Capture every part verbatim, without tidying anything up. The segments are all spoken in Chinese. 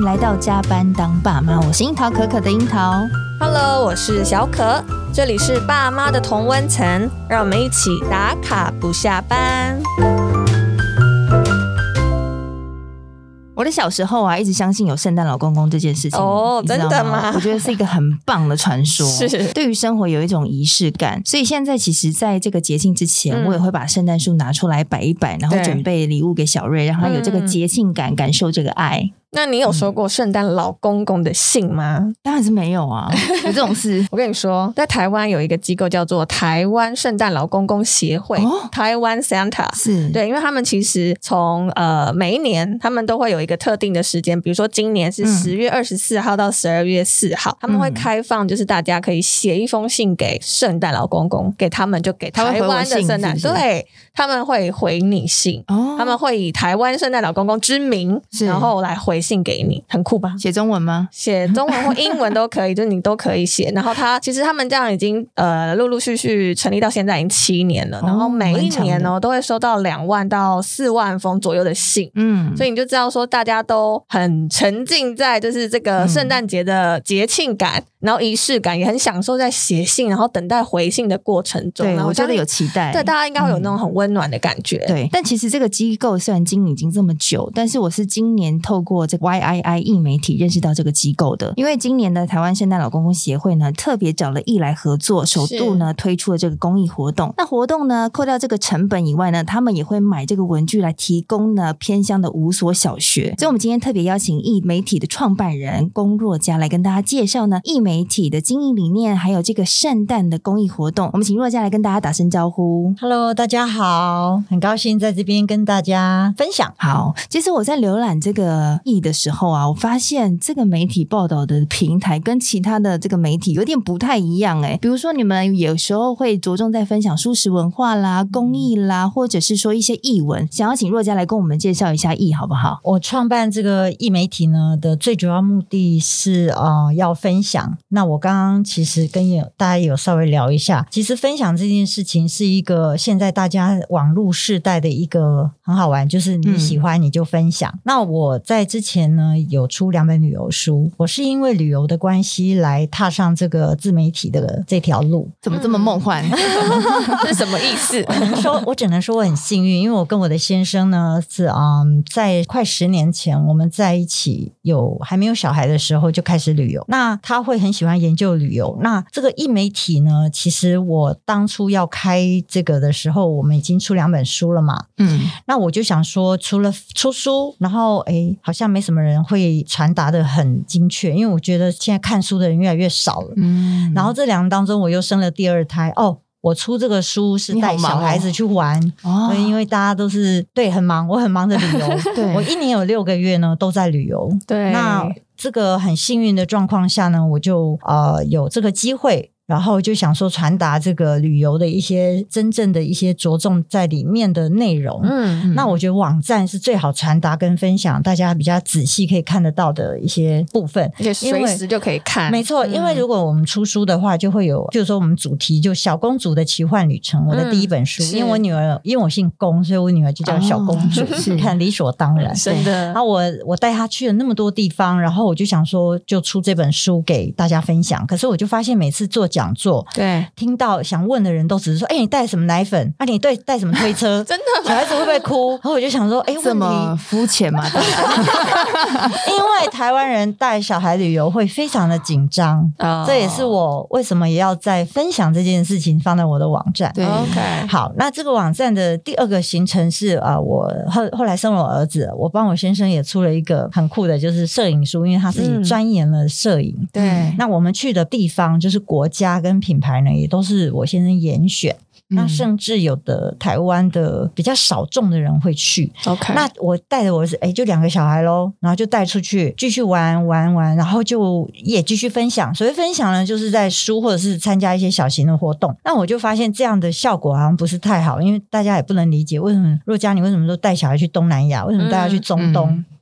来到加班当爸妈，我是樱桃可可的樱桃。 Hello， 我是小可，这里是爸妈的同温层，让我们一起打卡不下班。 我的小时候啊，一直相信有圣诞老公公这件事情。 哦，真的吗？ 我觉得是一个很棒的传说， 是对于生活有一种仪式感。所以现在其实在这个节庆之前、嗯、我也会把圣诞树拿出来摆一摆，然后准备礼物给小瑞，让他有这个节庆感、嗯、感受这个爱。 那你有收过圣诞老公公的信吗？ 嗯、当然是没有啊，有这种事。 我跟你说，在台湾有一个机构叫做台湾圣诞老公公协会、哦、台湾 Santa， 是对，因为他们其实从呃每一年他们都会有一个特定的时间，比如说今年是十月二十四号到十二月四号、嗯、他们会开放就是大家可以写一封信给圣诞老公公，给他们就给台湾的圣诞，对，他们会回你信、哦、他们会以台湾圣诞老公公之名然后来回信给你，很酷吧？ 写中文吗？ 写中文或英文都可以，就是你都可以写。然后他其实他们这样已经呃陆陆续续成立到现在已经七年了，哦、然后每一年呢都会收到两万到四万封左右的信，嗯，所以你就知道说大家都很沉浸在就是这个圣诞节的节庆感、嗯，然后仪式感，也很享受在写信然后等待回信的过程中。 对， 然后我觉得有期待， 对，大家应该会有那种很温暖的感觉、 嗯、对。但其实这个机构虽然经营已经这么久，但是我是今年透过这个 Y I I 艺媒体认识到这个机构的。因为今年的台湾圣诞老公公协会呢特别找了艺来合作，首度呢推出了这个公益活动。那活动呢扣掉这个成本以外呢，他们也会买这个文具来提供呢偏乡的五所小学。所以我们今天特别邀请艺媒体的创办人龚若嘉来跟大家介绍呢艺媒体的经营理念，还有这个圣诞的公益活动。我们请若嘉来跟大家打声招呼。 Hello， 大家好，很高兴在这边跟大家分享。 好，其实我在浏览这个艺的时候啊，我发现这个媒体报道的平台跟其他的这个媒体有点不太一样诶。比如说你们有时候会着重在分享蔬食文化啦、公益啦，或者是说一些艺文，想要请若嘉来跟我们介绍一下艺好不好？ 我创办这个艺媒体呢的最主要目的是呃要分享。那我刚刚其实跟有大家有稍微聊一下，其实分享这件事情是一个现在大家网络世代的一个很好玩，就是你喜欢你就分享、嗯、那我在之前呢有出两本旅游书，我是因为旅游的关系来踏上这个自媒体的这条路。 怎么这么梦幻？ 这是什么意思？ 我能说我只能说我很幸运，因为我跟我的先生呢是嗯，在快十年前我们在一起，有还没有小孩的时候就开始旅游。那他会很喜欢研究旅游，那这个艺媒体呢，其实我当初要开这个的时候我们已经出两本书了嘛，嗯，那我就想说除了出书，然后诶好像没什么人会传达的很精确，因为我觉得现在看书的人越来越少了，嗯，然后这两年当中我又生了第二胎，哦我出这个书是带小孩子去玩、哦、因为大家都是对很忙，我很忙着旅游对，我一年有六个月呢都在旅游，对，那这个很幸运的状况下呢，我就呃有这个机会，然后就想说传达这个旅游的一些真正的一些着重在里面的内容。嗯，那我觉得网站是最好传达跟分享大家比较仔细可以看得到的一些部分， 而且随时就可以看。 没错、嗯、因为如果我们出书的话就会有，就是说我们主题就小公主的奇幻旅程，我的第一本书、嗯、因为我女儿因为我姓龚，所以我女儿就叫小公主、哦、是看理所当然， 真的。 然后我我带她去了那么多地方，然后我就想说就出这本书给大家分享。可是我就发现每次做讲座， 对， 听到想问的人都只是说哎、欸，你带什么奶粉啊，你对带什么推车真的小孩子会不会哭，然后我就想说哎、欸， 这么肤浅吗？ 因为台湾人带小孩旅游会非常的紧张、oh. 这也是我为什么也要再分享这件事情放在我的网站。 对 OK 好，那这个网站的第二个行程是、呃、我后后来生了我儿子，我帮我先生也出了一个很酷的就是摄影书，因为他自己钻研了摄影、嗯、对，那我们去的地方就是国家跟品牌呢也都是我先生严选，那甚至有的台湾的比较少众的人会去 OK， 那我带着我是哎就两个小孩咯，然后就带出去继续玩玩玩，然后就也继续分享。所谓分享呢就是在书或者是参加一些小型的活动。那我就发现这样的效果好像不是太好，因为大家也不能理解为什么若嘉你为什么都带小孩去东南亚，为什么大家去中东、嗯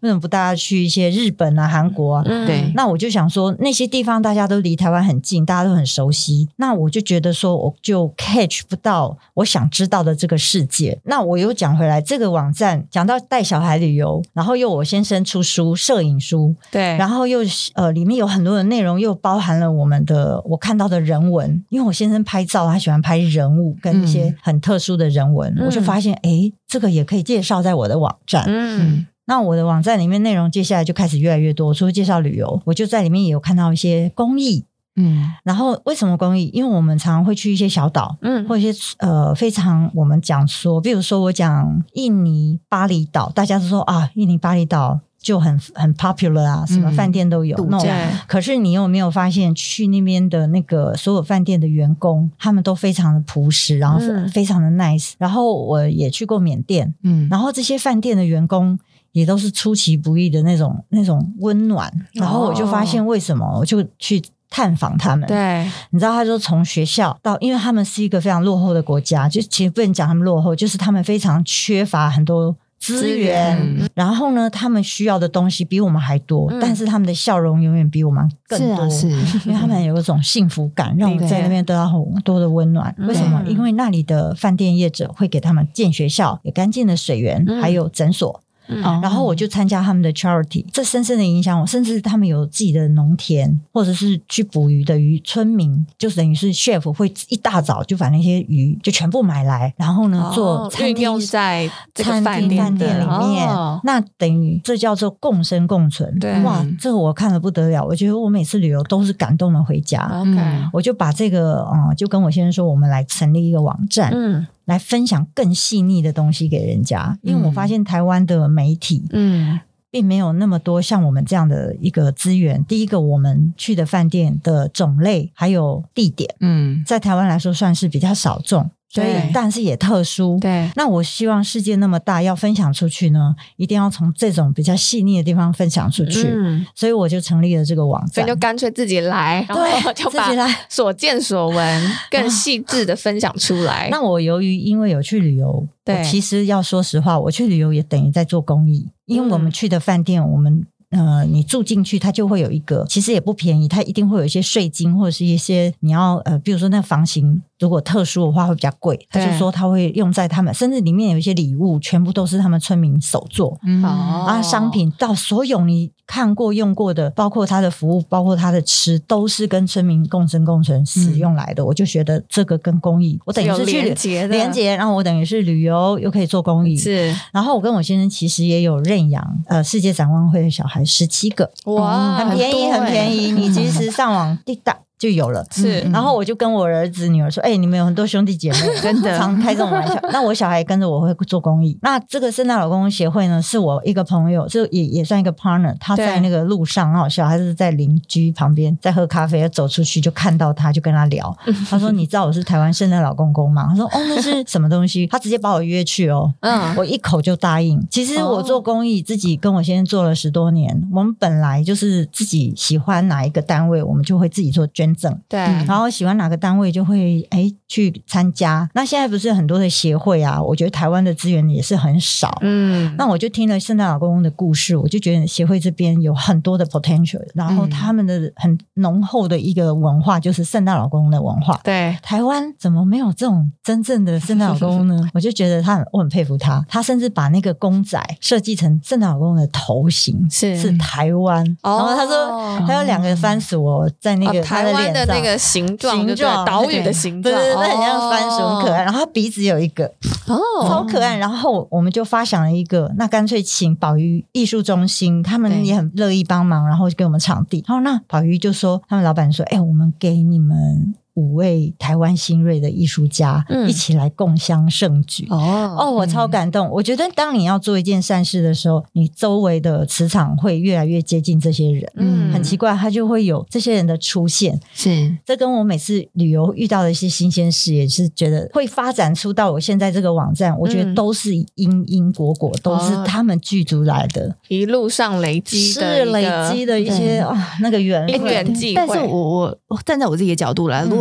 为什么不大家去一些日本啊、韩国啊？ 嗯、对， 那我就想说，那些地方大家都离台湾很近，大家都很熟悉。那我就觉得说，我就 catch 不到我想知道的这个世界。那我又讲回来，这个网站讲到带小孩旅游，然后又我先生出书，摄影书， 对， 然后又呃里面有很多的内容，又包含了我们的我看到的人文，因为我先生拍照，他喜欢拍人物跟一些很特殊的人文，嗯、我就发现，哎，这个也可以介绍在我的网站，嗯。那我的网站里面内容接下来就开始越来越多，除了介绍旅游，我就在里面也有看到一些公益，嗯，然后为什么公益？因为我们常常会去一些小岛，嗯，或一些呃非常我们讲说，比如说我讲印尼巴厘岛，大家都说啊，印尼巴厘岛就很很 popular 啊，什么饭店都有。那、嗯、可是你有没有发现，去那边的那个所有饭店的员工，他们都非常的朴实，然后非常的 nice、嗯。然后我也去过缅甸，嗯，然后这些饭店的员工也都是出其不意的那种那种温暖。然后我就发现为什么，我就去探访他们。 对， 你知道，他说从学校到，因为他们是一个非常落后的国家，就其实不能讲他们落后，就是他们非常缺乏很多资源，嗯、然后呢，他们需要的东西比我们还多，嗯、但是他们的笑容永远比我们更多， 是啊，是， 因为他们有一种幸福感，让我们在那边得到很多的温暖。为什么？因为那里的饭店业者会给他们建学校，有干净的水源，嗯、还有诊所。嗯、然后我就参加他们的 charity， 这深深的影响我，甚至他们有自己的农田，或者是去捕鱼的鱼，村民就等于是 chef 会一大早就把那些鱼就全部买来，然后呢、哦、做餐厅， 运用在这个饭店饭店里面、哦、那等于这叫做共生共存。 对， 哇，这个我看了不得了，我觉得我每次旅游都是感动的回家。 OK、 嗯、我就把这个、嗯、就跟我先生说，我们来成立一个网站，嗯，来分享更细腻的东西给人家。因为我发现台湾的媒体嗯，并没有那么多像我们这样的一个资源。第一个，我们去的饭店的种类还有地点嗯，在台湾来说算是比较少众，所以但是也特殊。 对， 那我希望世界那么大，要分享出去呢，一定要从这种比较细腻的地方分享出去。嗯，所以我就成立了这个网站， 所以就干脆自己来，然后就把所见所闻更细致的分享出来。 那我由于因为有去旅游，我其实要说实话，我去旅游也等于在做公益，因为我们去的饭店，我们呃，你住进去，它就会有一个，其实也不便宜，它一定会有一些税金，或者是一些你要呃，比如说那个房型如果特殊的话会比较贵，他就说他会用在他们，甚至里面有一些礼物全部都是他们村民手做，嗯，啊，商品到所有你看过用过的，包括他的服务，包括他的吃，都是跟村民共生共存使用来的。嗯、我就觉得这个跟公益，我等于是去连结的连结，然后我等于是旅游又可以做公益， 是。 然后我跟我先生其实也有认养呃世界展望会的小孩十七个， 哇， 嗯、很便宜，很便宜。你其实上网滴答就有了， 是、 嗯。然后我就跟我儿子女儿说：“哎、欸，你们有很多兄弟姐妹， 真的常开这种玩笑。”那我小孩跟着我会做公益。那这个圣诞老公公协会呢，是我一个朋友，就也也算一个 partner。他在那个路上很好笑，他是在邻居旁边在喝咖啡，走出去就看到他，就跟他聊。他说：“你知道我是台湾圣诞老公公吗？”他说：“哦，那是什么东西？”他直接把我约去哦，嗯，我一口就答应。其实我做公益，自己跟我先生做了十多年。我们本来就是自己喜欢哪一个单位，我们就会自己做捐赠， 对。 然后喜欢哪个单位就会哎去参加。那现在不是很多的协会啊，我觉得台湾的资源也是很少。嗯，那我就听了圣诞老公公的故事，我就觉得协会这边有很多的 potential， 然后他们的很浓厚的一个文化就是圣诞老公公的文化。 对， 台湾怎么没有这种真正的圣诞老公公呢？我就觉得他很，我很佩服他。他甚至把那个公仔设计成圣诞老公公的头型， 是是台湾。哦、然后他说他有两个番薯在那个、哦、 台湾的那个形状，形状岛屿的形状， 对对对，很像番薯，很可爱。然后他鼻子有一个，哦，超可爱。然后我们就发想了一个，那干脆请宝鱼艺术中心，他们也很乐意帮忙，然后就给我们场地。然后那宝鱼就说，他们老板说：“哎、欸，我们给你们五位台湾新锐的艺术家、嗯、一起来共襄盛举。”哦哦，我超感动、嗯、我觉得当你要做一件善事的时候，你周围的磁场会越来越接近这些人。嗯，很奇怪，他就会有这些人的出现。 是， 这跟我每次旅游遇到的一些新鲜事也是觉得会发展出到我现在这个网站，我觉得都是因因果果、嗯、都是他们具足来的、哦、 一路上累积的是累积的一些啊那个缘分因缘际会。 但是我我站在我自己的角度来，如果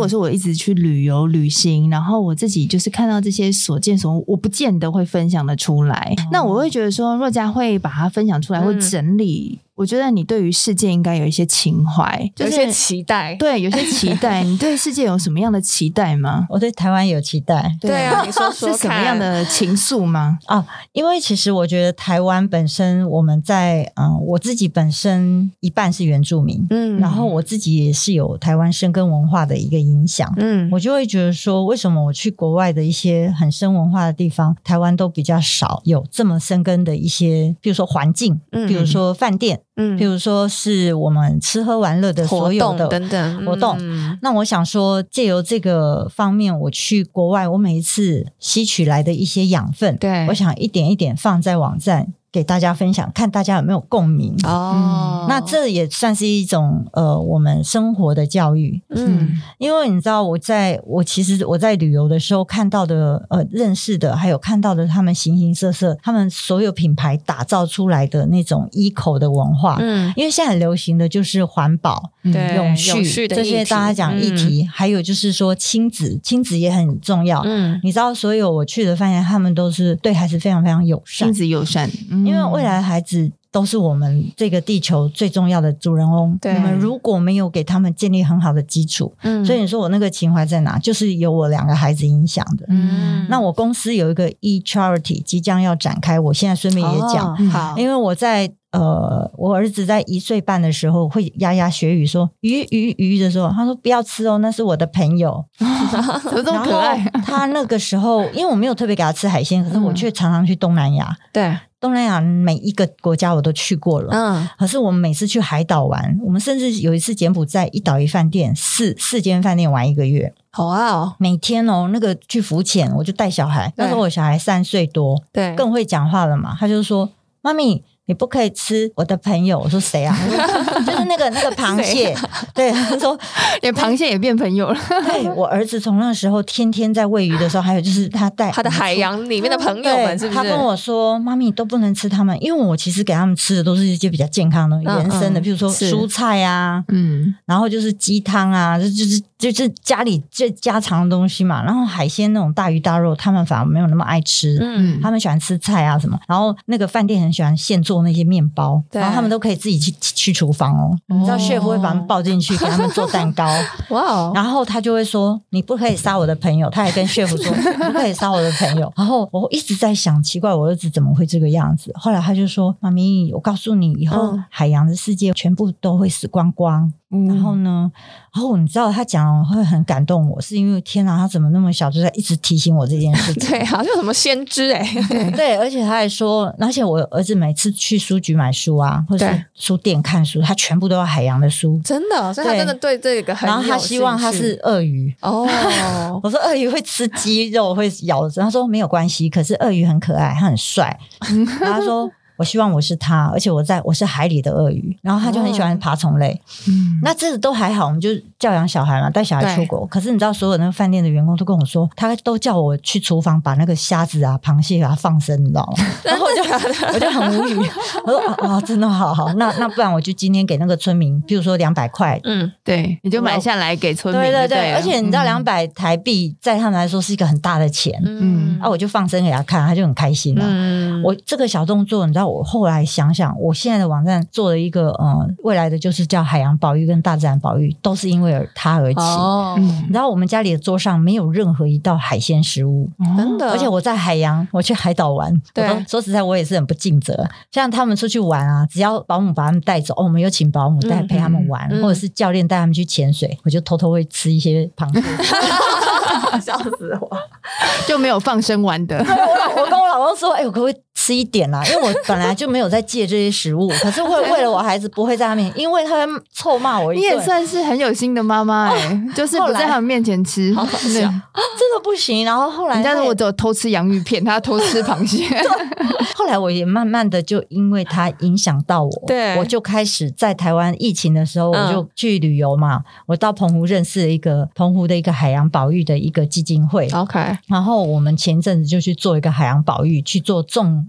果说我一直去旅游旅行，然后我自己就是看到这些所见所闻，我不见得会分享的出来、嗯、那我会觉得说若家会把它分享出来、嗯、会整理，我觉得你对于世界应该有一些情怀、 就是、有一些期待。 对，有些期待你对世界有什么样的期待吗？ 我对台湾有期待。 对啊，你说说看是什么样的情愫吗？ 啊，因为其实我觉得台湾本身我们在嗯，我自己本身一半是原住民，嗯，然后我自己也是有台湾生根文化的一个影响，嗯，我就会觉得说为什么我去国外的一些很深文化的地方，台湾都比较少有这么生根的一些，比如说环境，嗯，比如说饭店，嗯，比如说是我们吃喝玩乐的所有的活动等等活动、嗯、那我想说借由这个方面我去国外，我每一次吸取来的一些养分， 对， 我想一点一点放在网站给大家分享，看大家有没有共鸣哦、嗯。那这也算是一种呃我们生活的教育，嗯，因为你知道我在我其实我在旅游的时候看到的呃认识的还有看到的他们形形色色，他们所有品牌打造出来的那种eco的文化，嗯，因为现在很流行的就是环保、 嗯、 永续, 永续的这些大家讲议题、嗯、还有就是说亲子亲子也很重要，嗯，你知道所有我去的饭店他们都是对孩子非常非常友善， 亲子友善，嗯， 因为未来的孩子都是我们这个地球最重要的主人翁，我们如果没有给他们建立很好的基础、嗯、所以你说我那个情怀在哪，就是由我两个孩子影响的。嗯，那我公司有一个 e-charity 即将要展开，我现在顺便也讲、哦、好，因为我在呃，我儿子在一岁半的时候会牙牙学语说鱼鱼鱼的时候，他说不要吃哦，那是我的朋友怎么这么可爱他那个时候因为我没有特别给他吃海鲜，可是我却常常去东南亚、 嗯、对， 东南亚每一个国家我都去过了，嗯，可是我们每次去海岛玩，我们甚至有一次柬埔寨一岛一饭店四四间饭店玩一个月， 好啊哦， 每天哦那个去浮潜，我就带小孩，那时候我小孩三岁多，对，更会讲话了嘛，他就说妈咪你不可以吃我的朋友，我说谁啊？就是那个那个螃蟹，对，他说连螃蟹也变朋友了。 对，我儿子从那个时候天天在喂鱼的时候，还有就是他带他的海洋里面的朋友们，是不是？ 他跟我说，妈咪都不能吃他们，因为我其实给他们吃的都是一些比较健康的东西，原生的，譬如说蔬菜啊，嗯，然后就是鸡汤啊，就就是就是家里最家常的东西嘛。然后海鲜那种大鱼大肉，他们反而没有那么爱吃，嗯，他们喜欢吃菜啊什么。然后那个饭店很喜欢现做那些面包，然后他们都可以自己去去厨房哦。你知道 chef 会把他们抱进去给他们做蛋糕，哇！然后他就会说你不可以杀我的朋友，他也跟 chef 说你不可以杀我的朋友。然后我一直在想，奇怪我儿子怎么会这个样子？后来他就说妈咪，我告诉你，以后海洋的世界全部都会死光光。嗯、然后呢然后你知道他讲会很感动我，是因为天哪他怎么那么小就在一直提醒我这件事情对，好像有什么先知哎、 欸、对，而且他还说，而且我儿子每次去书局买书啊或者是书店看书，他全部都要海洋的书， 真的，所以他真的对这个很有兴趣。 然后他希望他是鳄鱼哦，我说鳄鱼会吃鸡肉会咬着，他说没有关系，可是鳄鱼很可爱他很帅然后他说我希望我是他，而且我在我是海里的鳄鱼，然后他就很喜欢爬虫类、哦、那这都还好，我们就教养小孩嘛，带小孩出国。可是你知道所有那个饭店的员工都跟我说，他都叫我去厨房把那个虾子啊螃蟹给它放生，你知道吗？然后我就我就很无语我说啊、哦，真的好好，那那不然我就今天给那个村民譬如说两百块， 嗯，对，你就买下来给村民。 对对对，而且你知道两百台币在他们来说是一个很大的钱，嗯，啊我就放生给他看，他就很开心了、啊嗯、我这个小动作你知道我后来想想，我现在的网站做了一个呃，未来的就是叫海洋保育跟大自然保育，都是因为它而起、哦嗯、然后我们家里的桌上没有任何一道海鲜食物，真的，而且我在海洋我去海岛玩，对，我都说实在我也是很不尽责，像他们出去玩啊，只要保姆把他们带走、哦、我们有请保姆带陪他们玩、嗯嗯、或者是教练带他们去潜水，我就偷偷会吃一些螃蟹笑死我， 就没有放生完的对，我, 我跟我老公说哎、欸，我可不可以吃一点啦，因为我本来就没有在戒这些食物可是会为了我孩子不会在他面前，因为他会臭骂我一顿。 你也算是很有心的妈妈哎、欸哦，就是不在他们面前吃好好笑真的不行。然后后来人家说我只有偷吃洋芋片，他偷吃螃蟹后来我也慢慢的就因为他影响到我，对，我就开始在台湾疫情的时候、嗯、我就去旅游嘛，我到澎湖认识了一个澎湖的一个海洋保育的一个基金会 OK， 然后我们前阵子就去做一个海洋保育，去做种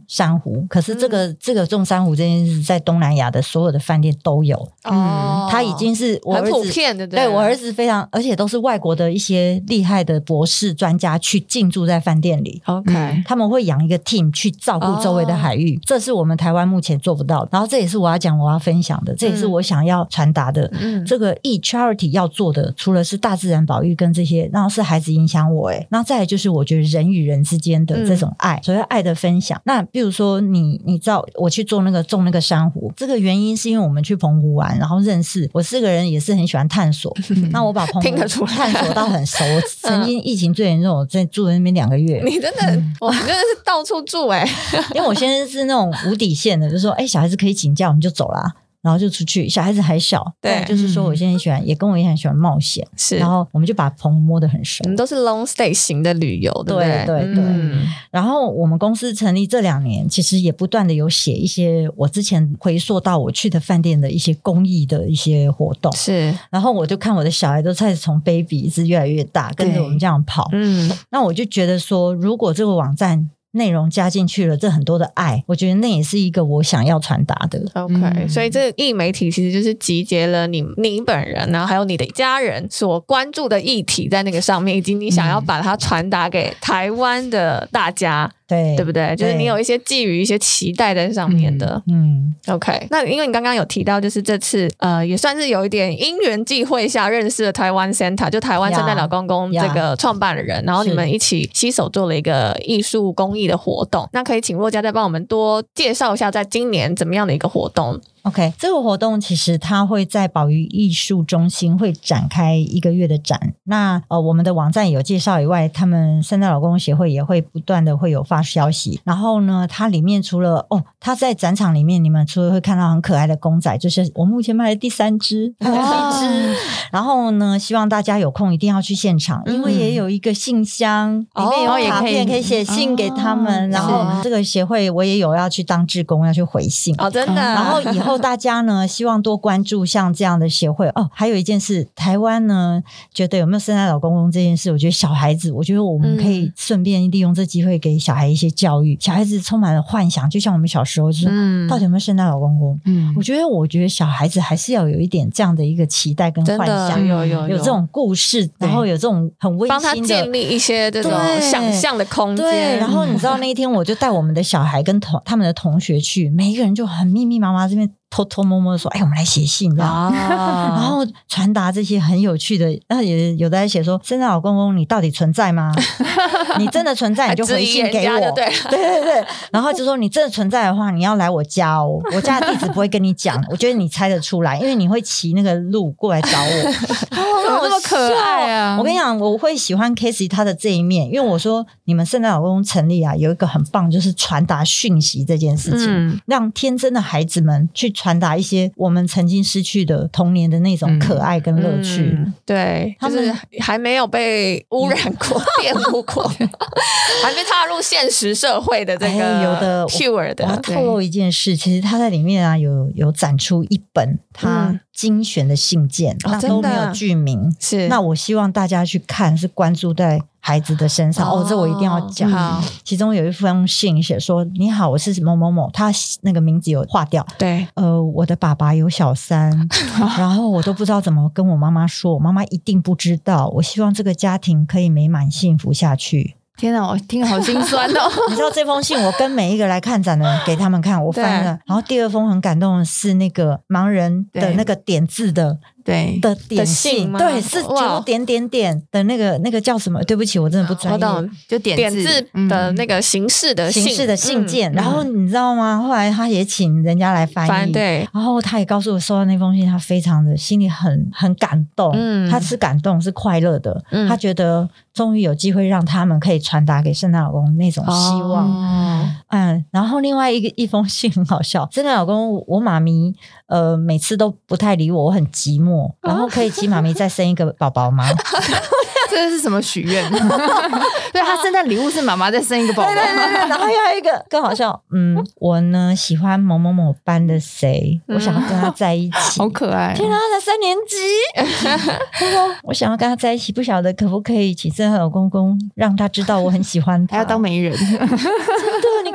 珊瑚，可是这个、嗯、这个种珊瑚这件事在东南亚的所有的饭店都有哦，它已经是我儿子很普遍的， 对，我儿子非常，而且都是外国的一些厉害的博士专家去进驻在饭店里 OK、嗯、 他们会养一个 team 去照顾周围的海域、哦、这是我们台湾目前做不到的，然后这也是我要讲我要分享的，这也是我想要传达的、嗯、这个 e-charity 要做的除了是大自然保育跟这些，然后是孩子影响我诶，然后再来就是我觉得人与人之间的这种爱、嗯、所谓爱的分享。那比如说你你知道我去做那个种那个珊瑚，这个原因是因为我们去澎湖玩，然后认识，我是个人也是很喜欢探索、嗯、那我把澎湖探索到很熟，我曾经疫情最严重我在住在那边两个月。 你真的、嗯、我真的是到处住诶、欸、 因为我现在是那种无底线的，就是说哎，小孩子可以请假我们就走啦，然后就出去，小孩子还小，对，就是说我现在喜欢、嗯、也跟我也很喜欢冒险，是，然后我们就把澎湖摸得很熟， 我们都是 long stay 型的旅游，对不对？ 对对对、嗯、然后我们公司成立这两年其实也不断的有写一些我之前回溯到我去的饭店的一些公益的一些活动， 是，然后我就看我的小孩都开始从 baby 一直越来越大，跟着我们这样跑，嗯，那我就觉得说如果这个网站内容加进去了，这很多的爱，我觉得那也是一个我想要传达的。 OK、嗯、所以这个艺媒体其实就是集结了你你本人，然后还有你的家人所关注的议题在那个上面，以及你想要把它传达给台湾的大家、嗯对对不对？就是你有一些寄予一些期待在上面的。嗯, 嗯 OK， 那因为你刚刚有提到就是这次呃也算是有一点因缘际会下认识了台湾 Santa， 就台湾圣诞老公公这个创办人， yeah, 然后你们一起携手做了一个艺术公益的活动，那可以请若家再帮我们多介绍一下在今年怎么样的一个活动。 OK， 这个活动其实它会在宝鱼艺术中心会展开一个月的展。那呃，我们的网站有介绍以外，他们圣诞老公公协会也会不断的会有发消息。然后呢，它里面除了哦，它在展场里面，你们除了会看到很可爱的公仔，就是我目前卖的第三只，还有一只。然后呢，希望大家有空一定要去现场，因为也有一个信箱，嗯、里面有卡片、哦、可以写信给他们。哦、然后这个协会我也有要去当志工，要去回信。 哦，真的。 然后以后大家呢希望多关注像这样的协会哦。还有一件事，台湾呢觉得有没有圣诞老公公这件事，我觉得小孩子，我觉得我们可以顺便利用这机会给小孩一些教育。嗯、小孩子充满了幻想，就像我们小时候就是、嗯、到底有没有圣诞老公公？嗯，我觉得我觉得小孩子还是要有一点这样的一个期待跟幻想， 有有 有, 有这种故事，然后有这种很温馨的， 帮他建立一些这种想象的空间。 对，然后你知道那一天我就带我们的小孩跟同他们的同学去，每一个人就很密密麻麻这边偷偷摸摸的说，哎，我们来写信这样、啊、然后传达这些很有趣的，然后也有的在写说，圣诞老公公你到底存在吗？你真的存在你就回信给我。 对对对对，然后就说你真的存在的话，你要来我家哦，我家的地址不会跟你讲，我觉得你猜得出来，因为你会骑那个路过来找我。 怎么那么可爱啊！ 我跟你讲，我会喜欢 Casey 他的这一面，因为我说你们圣诞老公公成立啊，有一个很棒，就是传达讯息这件事情、嗯、让天真的孩子们去传达一些我们曾经失去的童年的那种可爱跟乐趣、嗯嗯、 对，他们、就是、还没有被污染过玷污过还没踏入现实社会的这个、 哎、有的 pure 的。 我要透露一件事，其实他在里面啊有有展出一本他精选的信件、嗯、那都没有剧名、哦、是，那我希望大家去看，是关注在孩子的身上。 哦, 哦，这我一定要讲。其中有一封信写说，你好，我是某某某，他那个名字有划掉。 对， 呃，我的爸爸有小三然后我都不知道怎么跟我妈妈说，我妈妈一定不知道，我希望这个家庭可以美满幸福下去。 天哪，我听好心酸哦你知道这封信我跟每一个来看展的人给他们看，我翻了。然后第二封很感动的是那个盲人的那个点字的对的点信，对，是就点点点的那个那个叫什么？对不起，我真的不专业。 就点 字, 点字的那个形式的信、 嗯、形式的信件、嗯。然后你知道吗？后来他也请人家来翻译，翻对。然后他也告诉我，收到那封信，他非常的心里很很感动。嗯，他是感动，是快乐的。嗯，他觉得终于有机会让他们可以传达给圣诞老公那种希望。哦、嗯，然后另外一个一封信很好笑，圣诞老公，我妈咪呃每次都不太理我，我很寂寞。然后可以请妈咪再生一个宝宝吗？ 这是什么许愿？对，他圣诞礼物是妈妈再生一个宝宝。 对对对对，然后又有一个更好笑，嗯，我呢喜欢某某某班的谁，我想要跟他在一起。 好可爱！ 天哪，他才三年级。他说我想要跟他在一起，不晓得可不可以请圣诞老公公让他知道我很喜欢他， 还要当媒人。 真的，你看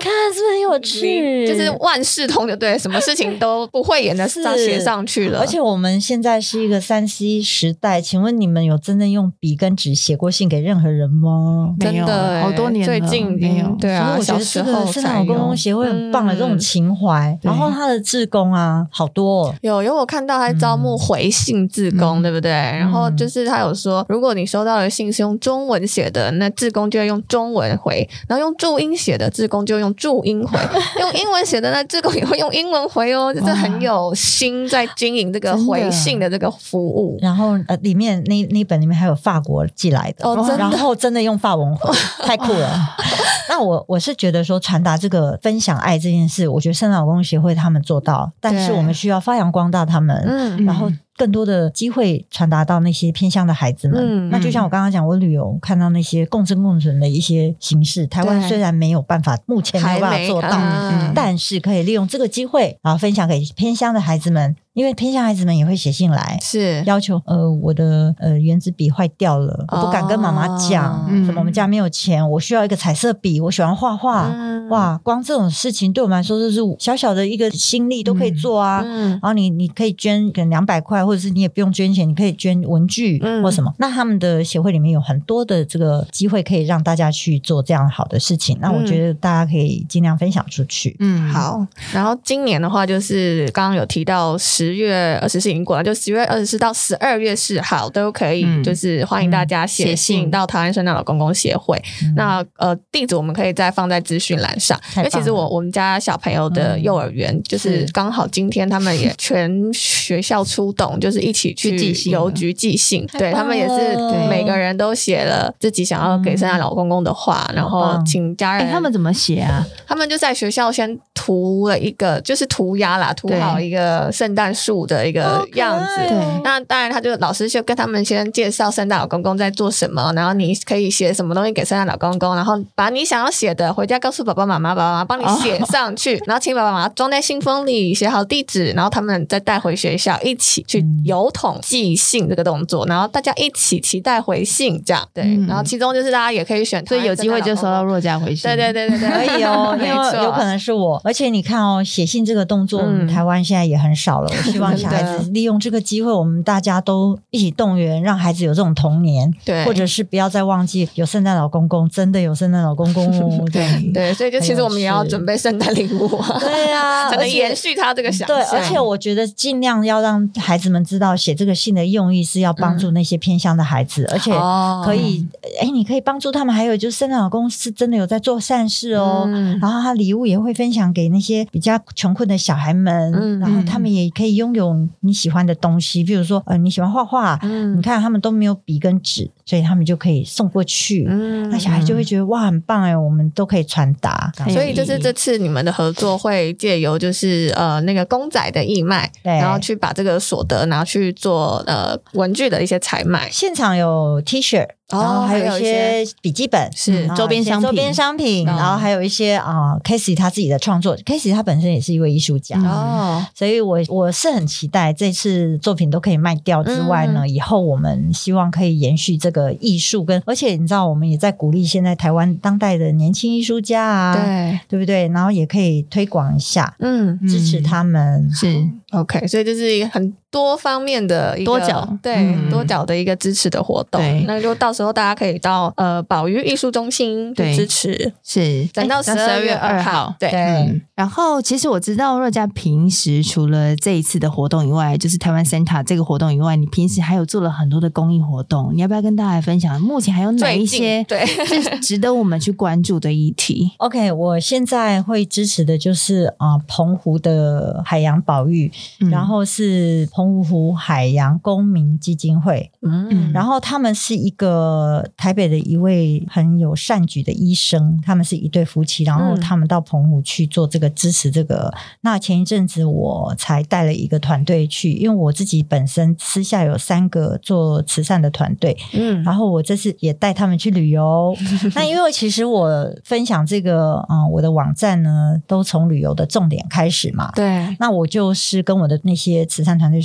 看是不是很有趣？ 就是万事通就对，什么事情都不会演的上写上去了。 而且我们现在是一个三 C 时代，请问你们有真正用笔跟纸写过信给任何人吗？ 没有， 真的好多年了， 最近没有。 对啊， 所以我觉得这个圣诞老公公协会很棒的这种情怀， 嗯、 然后他的志工啊好多、哦、 有有我看到他招募回信志工、嗯、对不对、嗯、然后就是他有说如果你收到的信是用中文写的，那志工就会用中文回，然后用注音写的志工就用注音回用英文写的那志工也会用英文回哦，就是很有心在经营这个回信的这个服务。 然后呃，里面那那本里面还有法国寄来的， 哦、 然后真的用法文回，太酷了。那我我是觉得说传达这个分享爱这件事，我觉得圣诞老公公协会他们做到，但是我们需要发扬光大他们，嗯，然后更多的机会传达到那些偏乡的孩子们、嗯、那就像我刚刚讲，我旅游看到那些共生共存的一些形式，台湾虽然没有办法，目前没有办法做到、嗯、但是可以利用这个机会然后分享给偏乡的孩子们，因为偏乡孩子们也会写信来， 是要求呃我的呃原子笔坏掉了、哦、我不敢跟妈妈讲、嗯、什么我们家没有钱，我需要一个彩色笔，我喜欢画画、嗯、哇，光这种事情对我们来说就是小小的一个心力都可以做啊、嗯、然后你你可以捐可能两百块，或者是你也不用捐钱，你可以捐文具或什么、嗯、那他们的协会里面有很多的这个机会可以让大家去做这样好的事情，那我觉得大家可以尽量分享出去。 嗯，好。然后今年的话就是刚刚有提到十月二十四已经过了，就十月二十四到十二月四号都可以、嗯、就是欢迎大家写信到台湾圣诞老公公协会、嗯、那呃地址我们可以再放在资讯栏上，因为其实我我们家小朋友的幼儿园、嗯、就是刚好今天他们也全学校出动，就是一起去邮局寄信，对，他们也是每个人都写了自己想要给圣诞老公公的话、嗯、然后请家人、 欸、他们怎么写啊？ 他们就在学校先涂了一个就是涂鸦啦，涂好一个圣诞树的一个样子，对，那当然他就老师就跟他们先介绍圣诞老公公在做什么，然后你可以写什么东西给圣诞老公公，然后把你想要写的回家告诉爸爸妈妈，爸爸妈妈帮你写上去、哦、然后请爸爸妈妈装在信封里，写好地址，然后他们再带回学校一起去邮筒寄信这个动作，然后大家一起期待回信这样，对、嗯、然后其中就是大家也可以选， 所以有机会就收到若家回信， 对对对对对， 可以哦因为有可能是我，而且你看哦，写信这个动作、嗯、台湾现在也很少了，我希望小孩子利用这个机会，我们大家都一起动员，让孩子有这种童年，对，或者是不要再忘记有圣诞老公公，真的有圣诞老公公哦对对，所以就其实我们也要准备圣诞礼物对啊， 才能延续他这个想象。 对，而且我觉得尽量要让孩子们知道写这个信的用意是要帮助那些偏乡的孩子、嗯、而且可以哎、哦，你可以帮助他们，还有就是圣诞老公是真的有在做善事哦、嗯、然后他礼物也会分享给那些比较穷困的小孩们、嗯、然后他们也可以拥有你喜欢的东西，比如说呃你喜欢画画、嗯、你看他们都没有笔跟纸，所以他们就可以送过去、嗯、那小孩就会觉得哇很棒哎，我们都可以传达。 所以就是这次你们的合作会借由就是呃那个公仔的义卖，然后去把这个所得拿去做呃文具的一些采买， 现场有 T 恤，然后还有一些笔记本、哦、 是周边商品， 周边商品，然后还有一些啊、呃、Casey 他自己的创作 ，Casey 他本身也是一位艺术家哦，所以我我是很期待这次作品都可以卖掉之外呢、嗯，以后我们希望可以延续这个艺术跟，而且你知道我们也在鼓励现在台湾当代的年轻艺术家啊，对对不对？然后也可以推广一下，嗯，支持他们， 是 OK， 所以这是一个很多方面的一个多角， 对、嗯、多角的一个支持的活动，对，那就到时候大家可以到呃宝玉艺术中心去支持， 是等到十二月二号，对。 对、 嗯，然后其实我知道若家平时除了这一次的活动以外，就是台湾 Santa 这个活动以外，你平时还有做了很多的公益活动，你要不要跟大家分享？目前还有哪一些对是值得我们去关注的议题 ？OK， 我现在会支持的就是啊、呃、澎湖的海洋保育、嗯，然后是澎湖海洋公民基金会，嗯，然后他们是一个台北的一位很有善举的医生，他们是一对夫妻，然后他们到澎湖去做这个支持这个。那前一阵子我才带了一个团队去，因为我自己本身私下有三个做慈善的团队，嗯，然后我这次也带他们去旅游。那因为其实我分享这个嗯，我的网站呢，都从旅游的重点开始嘛，对。那我就是跟我的那些慈善团队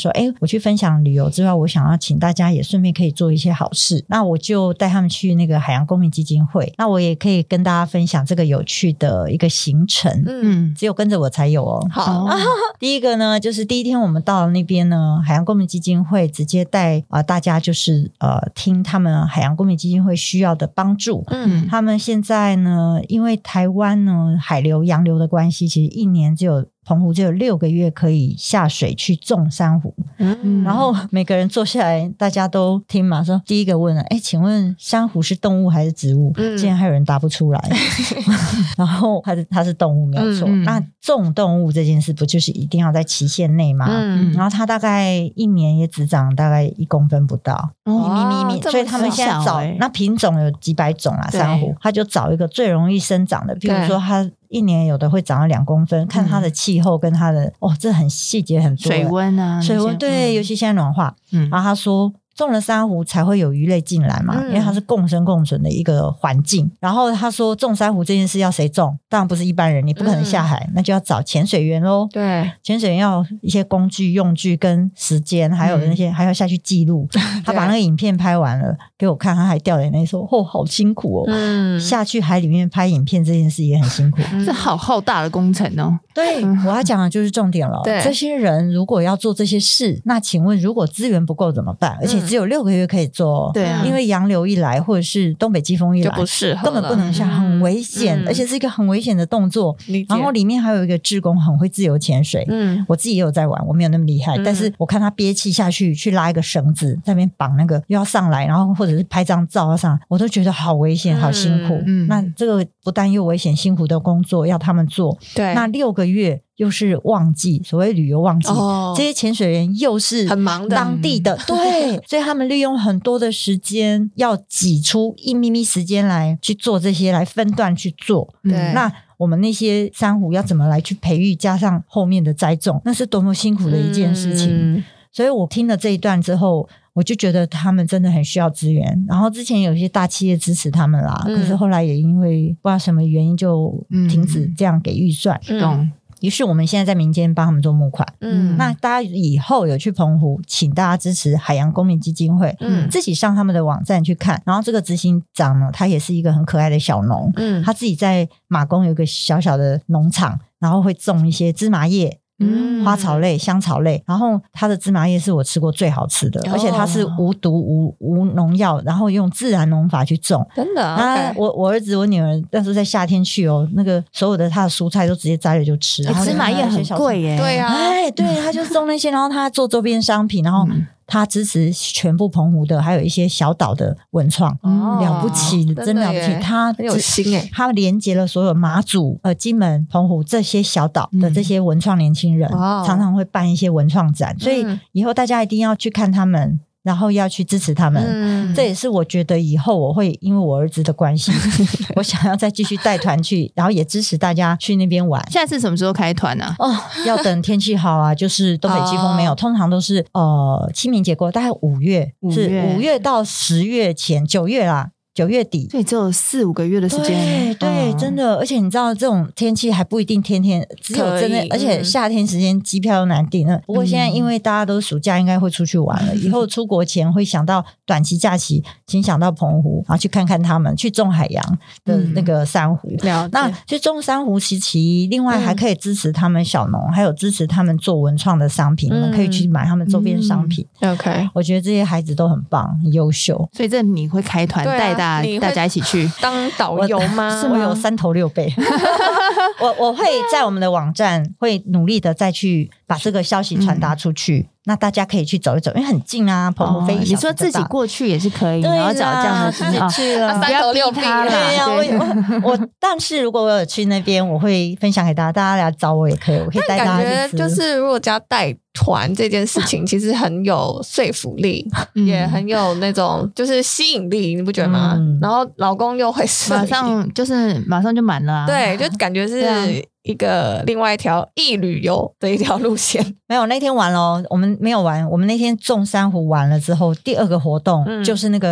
说哎，我去分享旅游之外，我想要请大家也顺便可以做一些好事，那我就带他们去那个海洋公民基金会，那我也可以跟大家分享这个有趣的一个行程，嗯，只有跟着我才有哦。 好， 第一个呢，就是第一天我们到了那边呢，海洋公民基金会直接带啊、呃、大家就是呃听他们海洋公民基金会需要的帮助。嗯，他们现在呢，因为台湾呢海流洋流的关系，其实一年只有澎湖只有六个月可以下水去种珊瑚，嗯，然后每个人坐下来，大家都听嘛，说第一个问了，哎，请问珊瑚是动物还是植物？嗯，竟然还有人答不出来，然后它是它是动物没有错。嗯、那种动物这件事不就是一定要在期限内吗？嗯，然后它大概一年也只长大概一公分不到，哦、咪咪咪，所以他们现在找、欸、那品种有几百种啦，珊瑚，他就找一个最容易生长的，比如说它。一年有的会长到两公分，看它的气候跟它的、嗯、哦，这很细节很多， 水温啊， 水温对、嗯，尤其现在暖化。嗯，然后他说种了珊瑚才会有鱼类进来嘛、嗯，因为它是共生共存的一个环境。然后他说种珊瑚这件事要谁种？当然不是一般人，你不可能下海，嗯、那就要找潜水员咯。 对， 潜水员要一些工具、用具跟时间，还有那些、嗯、还要下去记录。他把那个影片拍完了给我看，他还掉眼泪说：“哦，好辛苦哦！”嗯，下去海里面拍影片这件事也很辛苦， 这、嗯、好浩大的工程哦。 对，我要讲的就是重点了。对，这些人如果要做这些事，那请问如果资源不够怎么办？而且只有六个月可以做，对、嗯，因为洋流一来或者是东北季风一来就不适合， 根本不能下，很危险、嗯，而且是一个很危险的动作。然后里面还有一个志工很会自由潜水，嗯，我自己也有在玩，我没有那么厉害，嗯、但是我看他憋气下去，去拉一个绳子，在那边绑那个又要上来，然后或者是拍张照要上来，我都觉得好危险，好辛苦。嗯，那这个不但又危险辛苦的工作要他们做，对，那六个月。又是旺季，所谓旅游旺季、哦、这些潜水员又是很忙的当地的，对，所以他们利用很多的时间要挤出一咪咪时间来去做这些，来分段去做。对，那我们那些珊瑚要怎么来去培育，加上后面的栽种，那是多么辛苦的一件事情、嗯、所以我听了这一段之后，我就觉得他们真的很需要资源，然后之前有一些大企业支持他们啦、嗯、可是后来也因为不知道什么原因就停止这样给预算，懂、嗯于是我们现在在民间帮他们做募款，嗯，那大家以后有去澎湖，请大家支持海洋公民基金会，嗯，自己上他们的网站去看。然后这个执行长呢，他也是一个很可爱的小农，嗯，他自己在马公有一个小小的农场，然后会种一些芝麻叶。嗯，花草类、香草类，然后它的芝麻叶是我吃过最好吃的，哦、而且它是无毒、无无农药，然后用自然农法去种， 真的。 啊， okay. 我我儿子、我女儿那时候在夏天去哦，那个所有的他的蔬菜都直接摘了就吃。 欸、芝麻叶很贵耶， 对啊， 哎，对，他就种那些，然后他做周边商品，然后。嗯他支持全部澎湖的，还有一些小岛的文创，哦、了不起，真了不起。他很有心哎， 他连接了所有马祖、呃金门、澎湖这些小岛的这些文创年轻人，嗯、常常会办一些文创展，所以以后大家一定要去看他们。然后要去支持他们、嗯、这也是我觉得以后我会因为我儿子的关系我想要再继续带团去，然后也支持大家去那边玩。 现在是什么时候开团啊？ 哦，要等天气好啊，就是东北季风没有、哦、通常都是呃清明节过大概五月，是五月到十月前，九月啦，九月底， 对，只有四五个月的时间。 对对、嗯，真的，而且你知道这种天气还不一定天天，只有真的，而且夏天时间机票又难订了。不过现在因为大家都暑假应该会出去玩了、嗯，以后出国前会想到短期假期，请想到澎湖，然后去看看他们，去种海洋的那个珊瑚。 嗯、 那去种珊瑚其其，另外还可以支持他们小农、嗯，还有支持他们做文创的商品，嗯、你们可以去买他们周边商品。 嗯、OK， 我觉得这些孩子都很棒，很优秀。 所以这你会开团带大。大家一起去当导游吗？ 是吗？我有三头六臂我我会在我们的网站会努力的再去把这个消息传达出去、嗯、那大家可以去走一走，因为很近啊，澎湖飞一小时、哦、 你说自己过去也是可以，然后找这样的自己去了， 三头六臂啦。 对呀、啊，我我但是如果我有去那边，我会分享给大家，大家来找我也可以，我可以带大家去吃。 感觉就是如果加带团这件事情其实很有说服力、嗯、也很有那种就是吸引力，你不觉得吗、嗯、然后老公又会马上就是马上就满了、啊、 对，就感觉是一个另外一条异旅游的一条路线。 没有，那天完了，我们没有玩，我们那天种珊瑚完了之后，第二个活动就是那个、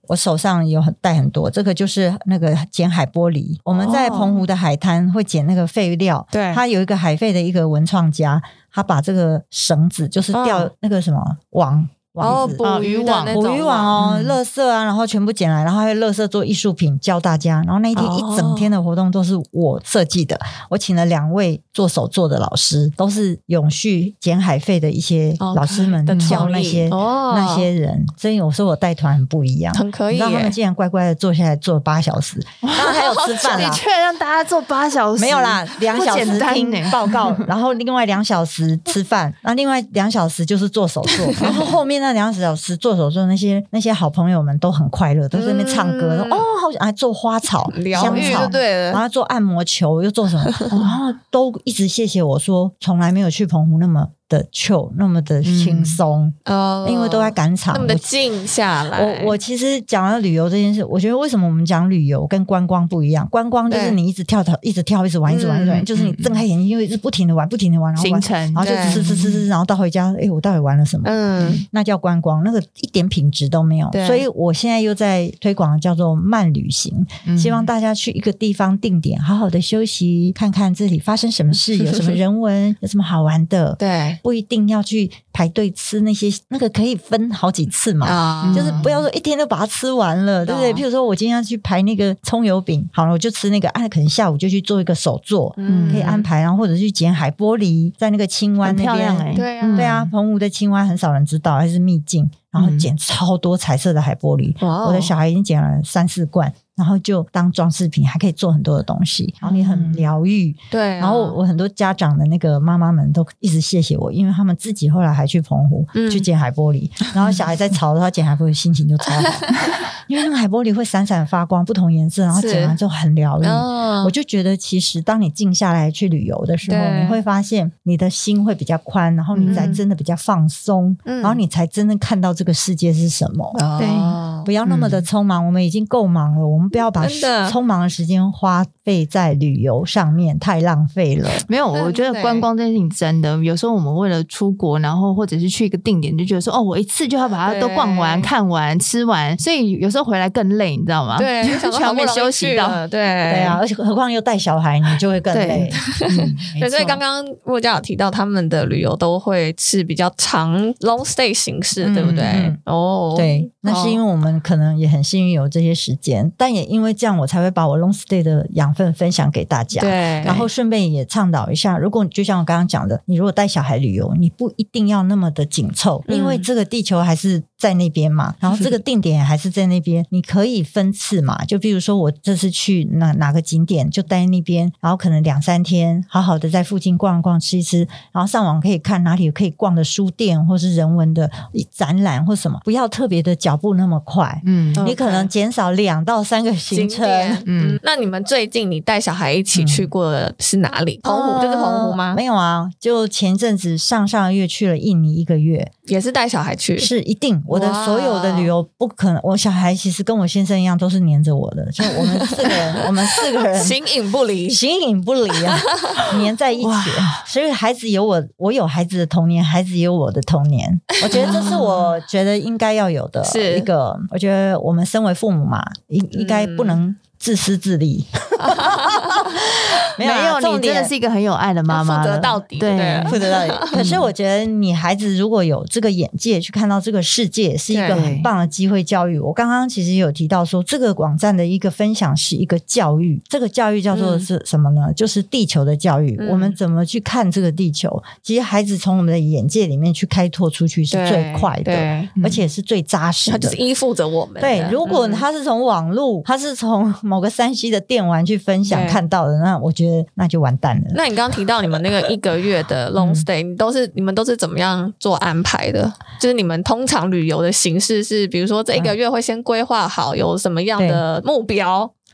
我手上有很带很多，这个就是那个捡海玻璃。我们在澎湖的海滩会捡那个废料， 对， 它有一个海废的一个文创家，他把这个绳子就是吊那个什么网。 哦，捕鱼网， 捕鱼网哦，垃圾啊，然后全部捡来，然后还有垃圾做艺术品教大家。然后那一天一整天的活动都是我设计的，我请了两位做手作的老师，都是永续捡海废的一些老师们教那些、哦、那些人。所以我说我带团很不一样， 很可以耶。 你知道他们竟然乖乖的坐下来做了八小时，当然还有吃饭啦。 你却让大家做八小时？ 没有啦，两小时听报告，然后另外两小时吃饭，然后另外两小时就是做手作，然后后面那两小时做手作，那些那些好朋友们都很快乐，都在那边唱歌，嗯、哦，好想还做花草、香草， 对了， 然后做按摩球，又做什么，然后都一直谢谢我说，从来没有去澎湖那么的 chill 那么的轻松、嗯、因为都在赶场， 那么的静下来。 我我其实讲到旅游这件事，我觉得为什么我们讲旅游跟观光不一样？观光就是你一直跳跳，一直跳，一直玩，一直玩，一直玩，就是你睁开眼睛，因为一直不停的玩，不停的玩，然后玩， 行程， 然后就吃吃吃吃，然后到回家，哎，我到底玩了什么？嗯，那叫观光，那个一点品质都没有。所以我现在又在推广叫做慢旅行，嗯、希望大家去一个地方定点，好好的休息，看看这里发生什么事，有什么人文，有什么好玩的。 对， 不一定要去排队吃那些，那个可以分好几次嘛，啊、就是不要说一天都把它吃完了，嗯、对不对？譬如说我今天要去排那个葱油饼，好了，我就吃那个，啊，可能下午就去做一个手作，嗯、可以安排，然后或者去捡海玻璃，在那个青湾那边， 欸、 对啊， 对啊，澎湖的青湾很少人知道，还是秘境，然后捡超多彩色的海玻璃，嗯、我的小孩已经捡了三四罐。然后就当装饰品，还可以做很多的东西，然后你很疗愈、嗯、 对、啊、 然后我很多家长的那个妈妈们都一直谢谢我，因为他们自己后来还去澎湖、嗯、去捡海玻璃，然后小孩在吵的时候捡海玻璃心情就超好因为那个海玻璃会闪闪发光，不同颜色，然后捡完之后很疗愈、哦、我就觉得其实当你静下来去旅游的时候，你会发现你的心会比较宽，然后你才真的比较放松、嗯、然后你才真的看到这个世界是什么、 哦、 对，不要那么的匆忙、嗯、我们已经够忙了，我们不要把匆忙的时间花费在旅游上面，太浪费了。 没有，我觉得观光这件事情真的，有时候我们为了出国，然后或者是去一个定点，就觉得说哦，我一次就要把它都逛完、看完、吃完，所以有时候回来更累，你知道吗？ 对， 全没休息到， 对对啊，而且何况又带小孩，你就会更累。 对，嗯、对，所以刚刚若家有提到他们的旅游都会是比较长 long stay 形式，嗯、对不对？嗯、哦， 对，那是因为我们可能也很幸运有这些时间，但也因为这样我才会把我 long stay 的养分分享给大家， 对， 然后顺便也倡导一下，如果就像我刚刚讲的，你如果带小孩旅游，你不一定要那么的紧凑、嗯、因为这个地球还是在那边嘛，然后这个定点还是在那边，你可以分次嘛，就比如说我这次去哪哪个景点就待那边，然后可能两三天好好的在附近逛一逛吃一吃，然后上网可以看哪里有可以逛的书店或是人文的展览或什么，不要特别的脚步那么快，嗯，你可能减少两到三个行程。 嗯，那你们最近你带小孩一起去过的是哪里？澎湖、呃、就是澎湖吗？ 没有啊，就前阵子上上个月去了印尼一个月， 也是带小孩去。 是一定，我的所有的旅游不可能，我小孩其实跟我先生一样都是黏着我的，就我们四个人，我们四个人形影不离， 形影不离啊，黏在一起。所以孩子有我，我有孩子的童年，孩子有我的童年。我觉得这是我觉得应该要有的一个，我觉得我们身为父母嘛，应应该不能自私自利。 没有，没有，你真的是一个很有爱的妈妈， 负责到底， 对，负责到底。可是我觉得你孩子如果有这个眼界去看到这个世界，是一个很棒的机会教育。我刚刚其实有提到说，这个网站的一个分享是一个教育，这个教育叫做是什么呢？嗯、就是地球的教育、嗯。我们怎么去看这个地球？其实孩子从我们的眼界里面去开拓出去是最快的，而且是最扎实的。 他就是依附着我们。 对，如果他是从网络，他是从某个山西的电玩去分享看到的，那我觉得。那就完蛋了。 那你刚刚提到你们那个一个月的 long stay、嗯、你都是你们都是怎么样做安排的？就是你们通常旅游的形式是，比如说这一个月会先规划好有什么样的目标，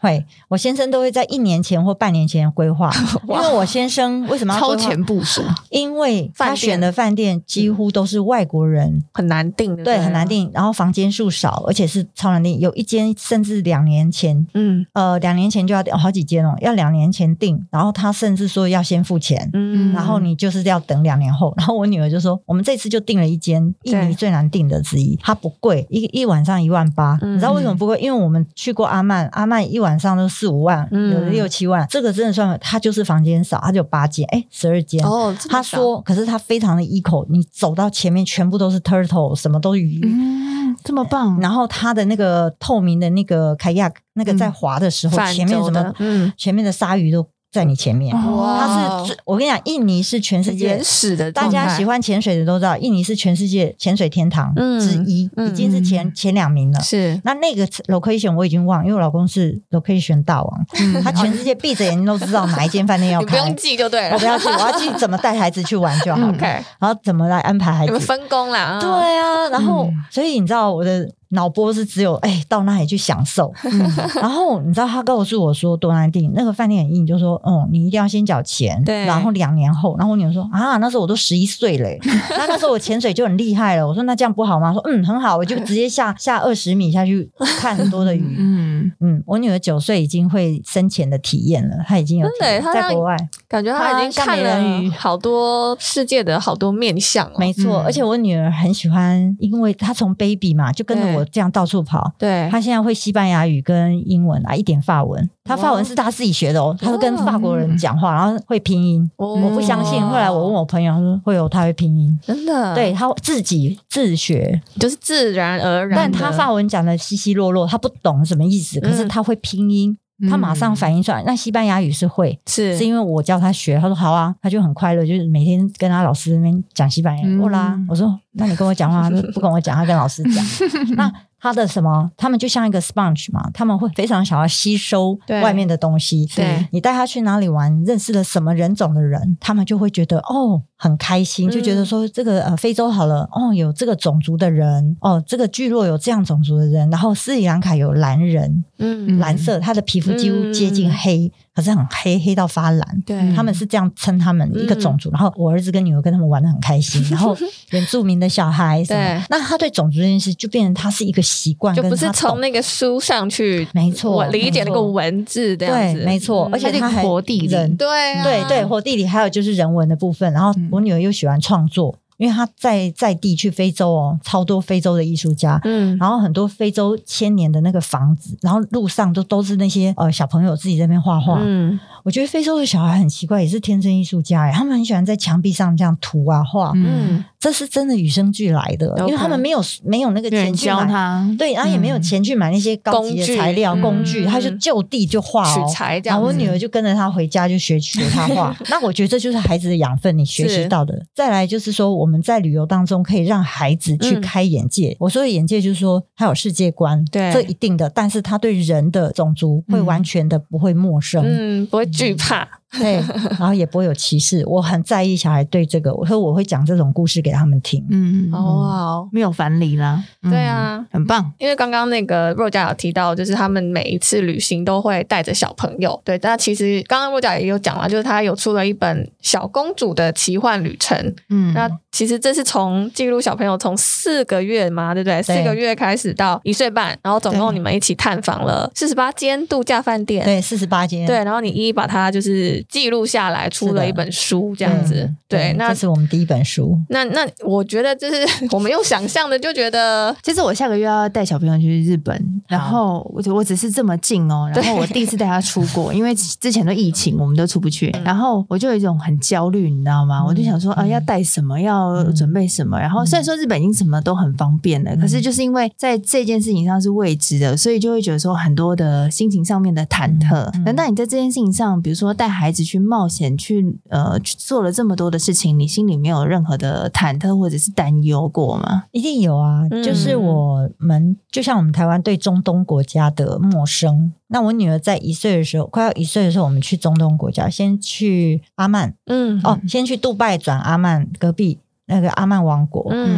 会，我先生都会在一年前或半年前规划，因为我先生为什么要超前部署？ 因为他选的饭店几乎都是外国人， 很难订， 对，很难订，然后房间数少，而且是超难订，有一间甚至两年前，嗯，呃，两年前就要订，哦，好几间哦，要两年前订，然后他甚至说要先付钱，嗯，然后你就是要等两年后，然后我女儿就说，我们这次就订了一间印尼最难订的之一，它不贵，一一晚上一万八，嗯，你知道为什么不贵？因为我们去过阿曼，阿曼一晚上都四五万，嗯，有的六七万，这个真的算，它就是房间少，它就有八间，哎，十二间，哦，他说，可是他非常的eco，你走到前面全部都是 turtle， 什么都是鱼， 嗯，这么棒。 然后它的那个透明的那个 kayak， 那个在滑的时候，嗯，前面什么，嗯，前面的鲨鱼都在你前面，它是我跟你讲，印尼是全世界原始的， 大家喜欢潜水的都知道，印尼是全世界潜水天堂之一，嗯，已经是前、嗯、前两名了。 是， 那那个 location 我已经忘，因为我老公是 location 大王，嗯，他全世界闭着眼睛都知道哪一间饭店要开， 你不用记就对了， 我不要记，我要记怎么带孩子去玩就好了，okay，然后怎么来安排孩子， 你们分工啦， 对啊，然后、嗯、所以你知道我的脑波是只有哎到那里去享受，嗯，然后你知道他告诉我说多难订，那个饭店很硬，就说嗯你一定要先缴钱，对，然后两年后，然后我女儿说啊那时候我都十一岁了，那那时候我潜水就很厉害了，我说那这样不好吗？说嗯很好，我就直接下下二十米下去看很多的鱼，嗯嗯，我女儿九岁已经会深潜的体验了，她已经有体验在国外， 感觉她已经看了好多世界的好多面向，哦， 没错，嗯，而且我女儿很喜欢，因为她从 baby 嘛就跟着我这样到处跑， 对， 他现在会西班牙语跟英文啊，一点法文，他法文是他自己学的哦，他会跟法国人讲话，然后会拼音，哦，我不相信，后来我问我朋友，他说会有他会拼音， 真的， 对，他自己自学， 就是自然而然， 但他法文讲的稀稀落落，他不懂什么意思，可是他会拼音，嗯，他马上反应出来。那西班牙语是会，是是因为我教他学，他说好啊，他就很快乐，就是每天跟他老师那边讲西班牙语。哦，嗯，啦，我说那你跟我讲话，他不跟我讲，他跟老师讲。那他的什么？他们就像一个 sponge 嘛，他们会非常想要吸收外面的东西。对，你带他去哪里玩，认识了什么人种的人，他们就会觉得哦很开心，就觉得说这个呃非洲好了，哦有这个种族的人，哦这个聚落有这样种族的人，然后斯里兰卡有蓝人，嗯，蓝色，他的皮肤几乎接近黑。嗯，可是很黑，黑到发蓝，对，他们是这样称他们一个种族，嗯，然后我儿子跟女儿跟他们玩得很开心，然后原住民的小孩什么，那他对种族这件事就变成他是一个习惯， 就不是从那个书上去， 没错， 我理解那个文字这样子， 对，没错，而且他还活地人， 对、啊、 对对，活地里还有就是人文的部分，然后我女儿又喜欢创作。因为他在在地去非洲哦，超多非洲的艺术家，嗯，然后很多非洲千年的那个房子，然后路上都都是那些呃小朋友自己在那边画画，嗯，我觉得非洲的小孩很奇怪，也是天生艺术家耶，他们很喜欢在墙壁上这样涂啊画，嗯，这是真的与生俱来的， okay，因为他们没有没有那个钱去买他，对，然后也没有钱去买那些高级的材料工具，嗯，他就就地就画哦， 取材这样子， 然后我女儿就跟着他回家就学学他画，那我觉得这就是孩子的养分，你学习到的。再来就是说我们在旅游当中可以让孩子去开眼界，嗯，我说的眼界就是说他有世界观，对，这一定的，但是他对人的种族会完全的不会陌生， 嗯，不会惧怕， 对，然后也不会有歧视。我很在意小孩对这个，我说我会讲这种故事给他们听， 嗯，哦，没有藩篱啦， 嗯，对啊， 很棒。 因为刚刚那个若家有提到，就是他们每一次旅行都会带着小朋友，对，但其实刚刚若家也有讲了，就是他有出了一本小公主的奇幻旅程，嗯，那其实这是从记录小朋友从四个月嘛，对不对？四个月开始到一岁半，然后总共你们一起探访了四十八间度假饭店， 对，四十八间， 对，然后你一一把它就是记录下来，出了一本书这样子，对，对，那这是我们第一本书。 那那我觉得就是我们用想象的就觉得， 其实我下个月要带小朋友去日本，然后我我只是这么近哦，然后我第一次带他出国，因为之前都疫情，我们都出不去，然后我就有一种很焦虑，你知道吗？嗯，我就想说啊，要带什么，要准备什么，然后虽然说日本已经什么都很方便了，嗯，可是就是因为在这件事情上是未知的，所以就会觉得说很多的心情上面的忐忑。嗯，难道你在这件事情上，比如说带孩子去冒险，去呃去做了这么多的事情，你心里没有任何的忐忑或者是担忧过吗？ 一定有啊，嗯，就是我们就像我们台湾对中东国家的陌生。那我女儿在一岁的时候，快要一岁的时候，我们去中东国家，先去阿曼，嗯，哦，先去杜拜转阿曼隔壁那个阿曼王国，嗯，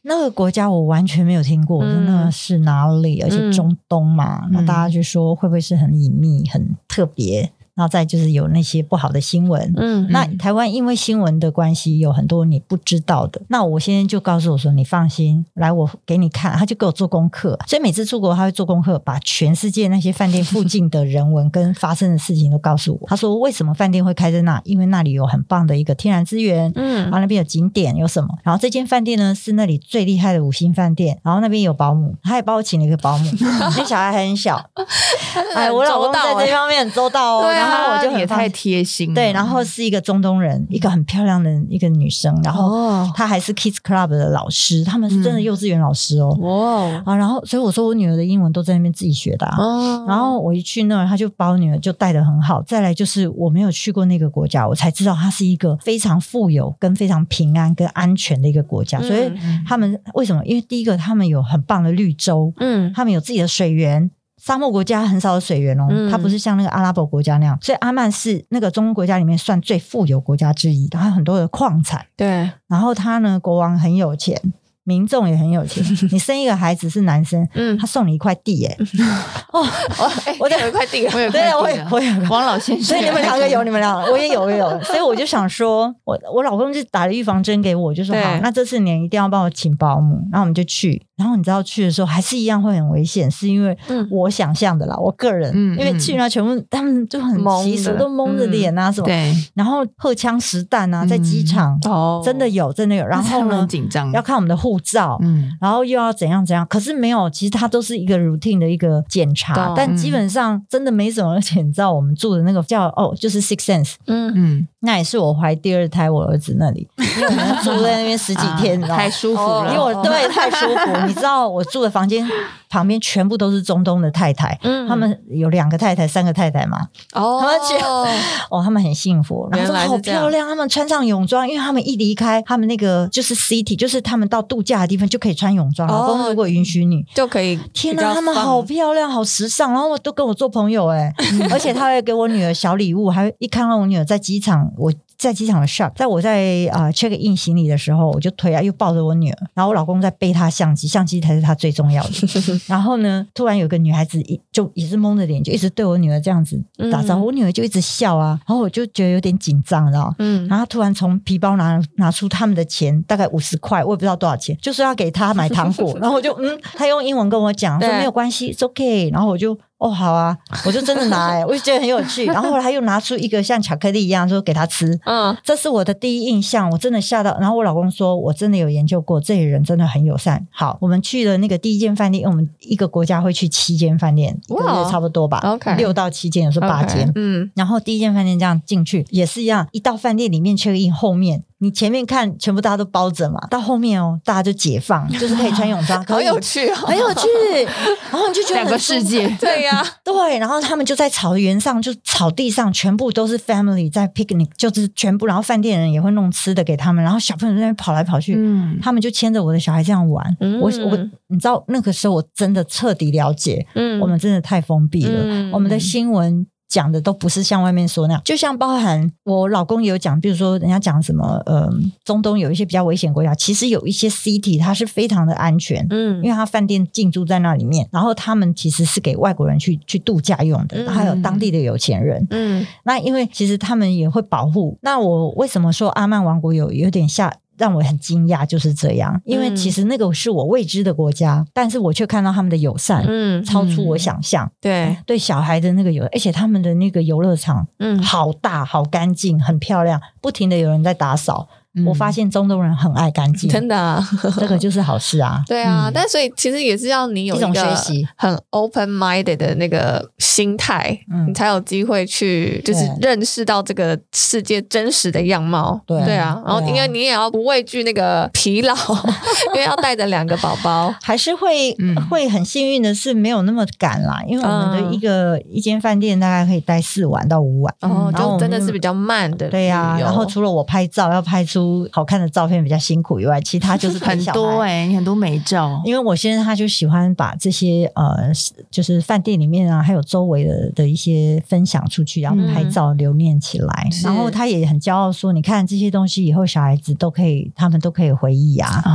那个国家我完全没有听过，我说那是哪里？而且中东嘛，那、嗯、大家就说会不会是很隐秘、很特别？然后再就是有那些不好的新闻，嗯，那台湾因为新闻的关系有很多你不知道的，那我先生就告诉我说你放心，来我给你看，他就给我做功课，所以每次出国他会做功课，把全世界那些饭店附近的人文跟发生的事情都告诉我。他说为什么饭店会开在那，因为那里有很棒的一个天然资源，嗯，然后那边有景点有什么，然后这间饭店呢是那里最厉害的五星饭店，然后那边有保姆，他也帮我请了一个保姆因为小孩还很小哎，我老公在这方面很周到哦，然后我就很也太贴心了， 对，然后是一个中东人，一个很漂亮的一个女生，然后她还是 Kids Club 的老师，他们是真的幼稚园老师哦，哇、啊，然后所以我说我女儿的英文都在那边自己学的、啊哦、然后我一去那儿，她就把我女儿就带得很好。再来就是我没有去过那个国家，我才知道它是一个非常富有跟非常平安跟安全的一个国家，所以他们为什么？因为第一个他们有很棒的绿洲，嗯，他们有自己的水源。沙漠国家很少有水源哦、嗯，它不是像那个阿拉伯国家那样，所以阿曼是那个中东国家里面算最富有国家之一，它有很多的矿产， 对， 然后他呢国王很有钱，民众也很有钱，你生一个孩子是男生，嗯，他送你一块地耶， 哦，我有一块地， 我有一块地，我有，我有，王老先生， 所以你们两个有，你们两个我也有，我也有，所以我就想说，我我老公就打了预防针给我，就说好，那这次你一定要帮我请保姆，然后我们就去。然后你知道去的时候还是一样会很危险，是因为我想象的啦，我个人、嗯、因为去那全部他们就很奇俗，都蒙着脸啊什么、嗯、对，然后荷枪实弹啊，在机场、嗯哦、真的有真的有，然后呢很紧张， 要看我们的护照、嗯、然后又要怎样怎样，可是没有，其实它都是一个 routine 的一个检查，但基本上真的没什么。而且你知道我们住的那个叫哦就是 Six Sense， 嗯嗯，那也是我怀第二胎我儿子那里，因为我们住在那边十几天、啊、你知道太舒服了， 因为我对太舒服你知道我住的房间旁边全部都是中东的太太、嗯、他们有两个太太三个太太嘛，哦，他们哦他们很幸福，然后说好漂亮，他们穿上泳装，因为他们一离开他们那个就是 city， 就是他们到度假的地方就可以穿泳装，老公、哦、如果允许你就可以， 天哪，他们好漂亮好时尚，然后都跟我做朋友哎、欸，而且他会给我女儿小礼物，还会一看到我女儿在机场，我在机场的 shop， 在我在啊、呃、check in 行李的时候，我就推啊，又抱着我女儿，然后我老公在背她相机，相机才是他最重要的。然后呢，突然有个女孩子就也是蒙着脸，就一直对我女儿这样子打招呼，嗯、我女儿就一直笑啊，然后我就觉得有点紧张，知道嗯，然后突然从皮包拿拿出他们的钱，大概五十块，我也不知道多少钱，就说要给她买糖果，然后我就嗯，他用英文跟我讲，说没有关系 ，it's okay， 然后我就。哦，好啊，我就真的拿哎、欸，我就觉得很有趣。然后后来他又拿出一个像巧克力一样，说给他吃。嗯，这是我的第一印象，我真的吓到。然后我老公说，我真的有研究过，这里人真的很友善。好，我们去了那个第一间饭店，因为我们一个国家会去七间饭店，一个月差不多吧 ，OK， 六到七间，有时候八间。Okay, 嗯，然后第一间饭店这样进去也是一样，一到饭店里面 check in 后面。你前面看全部大家都包着嘛，到后面哦，大家就解放，就是可以穿泳装， 好有趣哦， 很有趣。然后你就觉得两个世界， 对呀、啊， 对。然后他们就在草原上，就草地上，全部都是 family 在 picnic， 就是全部。然后饭店人也会弄吃的给他们，然后小朋友在那边跑来跑去，嗯，他们就牵着我的小孩这样玩。嗯、我我你知道那个时候我真的彻底了解，嗯，我们真的太封闭了，嗯、我们的新闻。讲的都不是像外面说那样，就像包含我老公也有讲，比如说人家讲什么呃，中东有一些比较危险国家，其实有一些 city 它是非常的安全，嗯，因为它饭店进驻在那里面，然后他们其实是给外国人去去度假用的，还有当地的有钱人，嗯，那因为其实他们也会保护。那我为什么说阿曼王国有有点下让我很惊讶，就是这样，因为其实那个是我未知的国家，嗯、但是我却看到他们的友善，嗯，超出我想象。 对， 对小孩的那个友，而且他们的那个游乐场，嗯，好大，好干净，很漂亮，不停的有人在打扫。嗯、我发现中东人很爱干净， 真的、啊， 这个就是好事啊。 对啊，嗯、但所以其实也是要你有一个一种学习很 open minded 的那个心态，嗯、你才有机会去就是认识到这个世界真实的样貌。对对啊，然后因为你也要不畏惧那个疲劳，因为要带着两个宝宝， 还是会、嗯、会很幸运的是没有那么赶啦，因为我们的一个、嗯、一间饭店大概可以待四晚到五晚， 哦，就真的是比较慢的。 对啊，然后除了我拍照要拍出好看的照片比较辛苦以外，其他就是很多哎、欸，你很多美照。因为我先生他就喜欢把这些呃，就是饭店里面啊，还有周围的的一些分享出去，然后拍照留念起来。嗯、然后他也很骄傲说：“你看这些东西以后小孩子都可以，他们都可以回忆啊。”哦，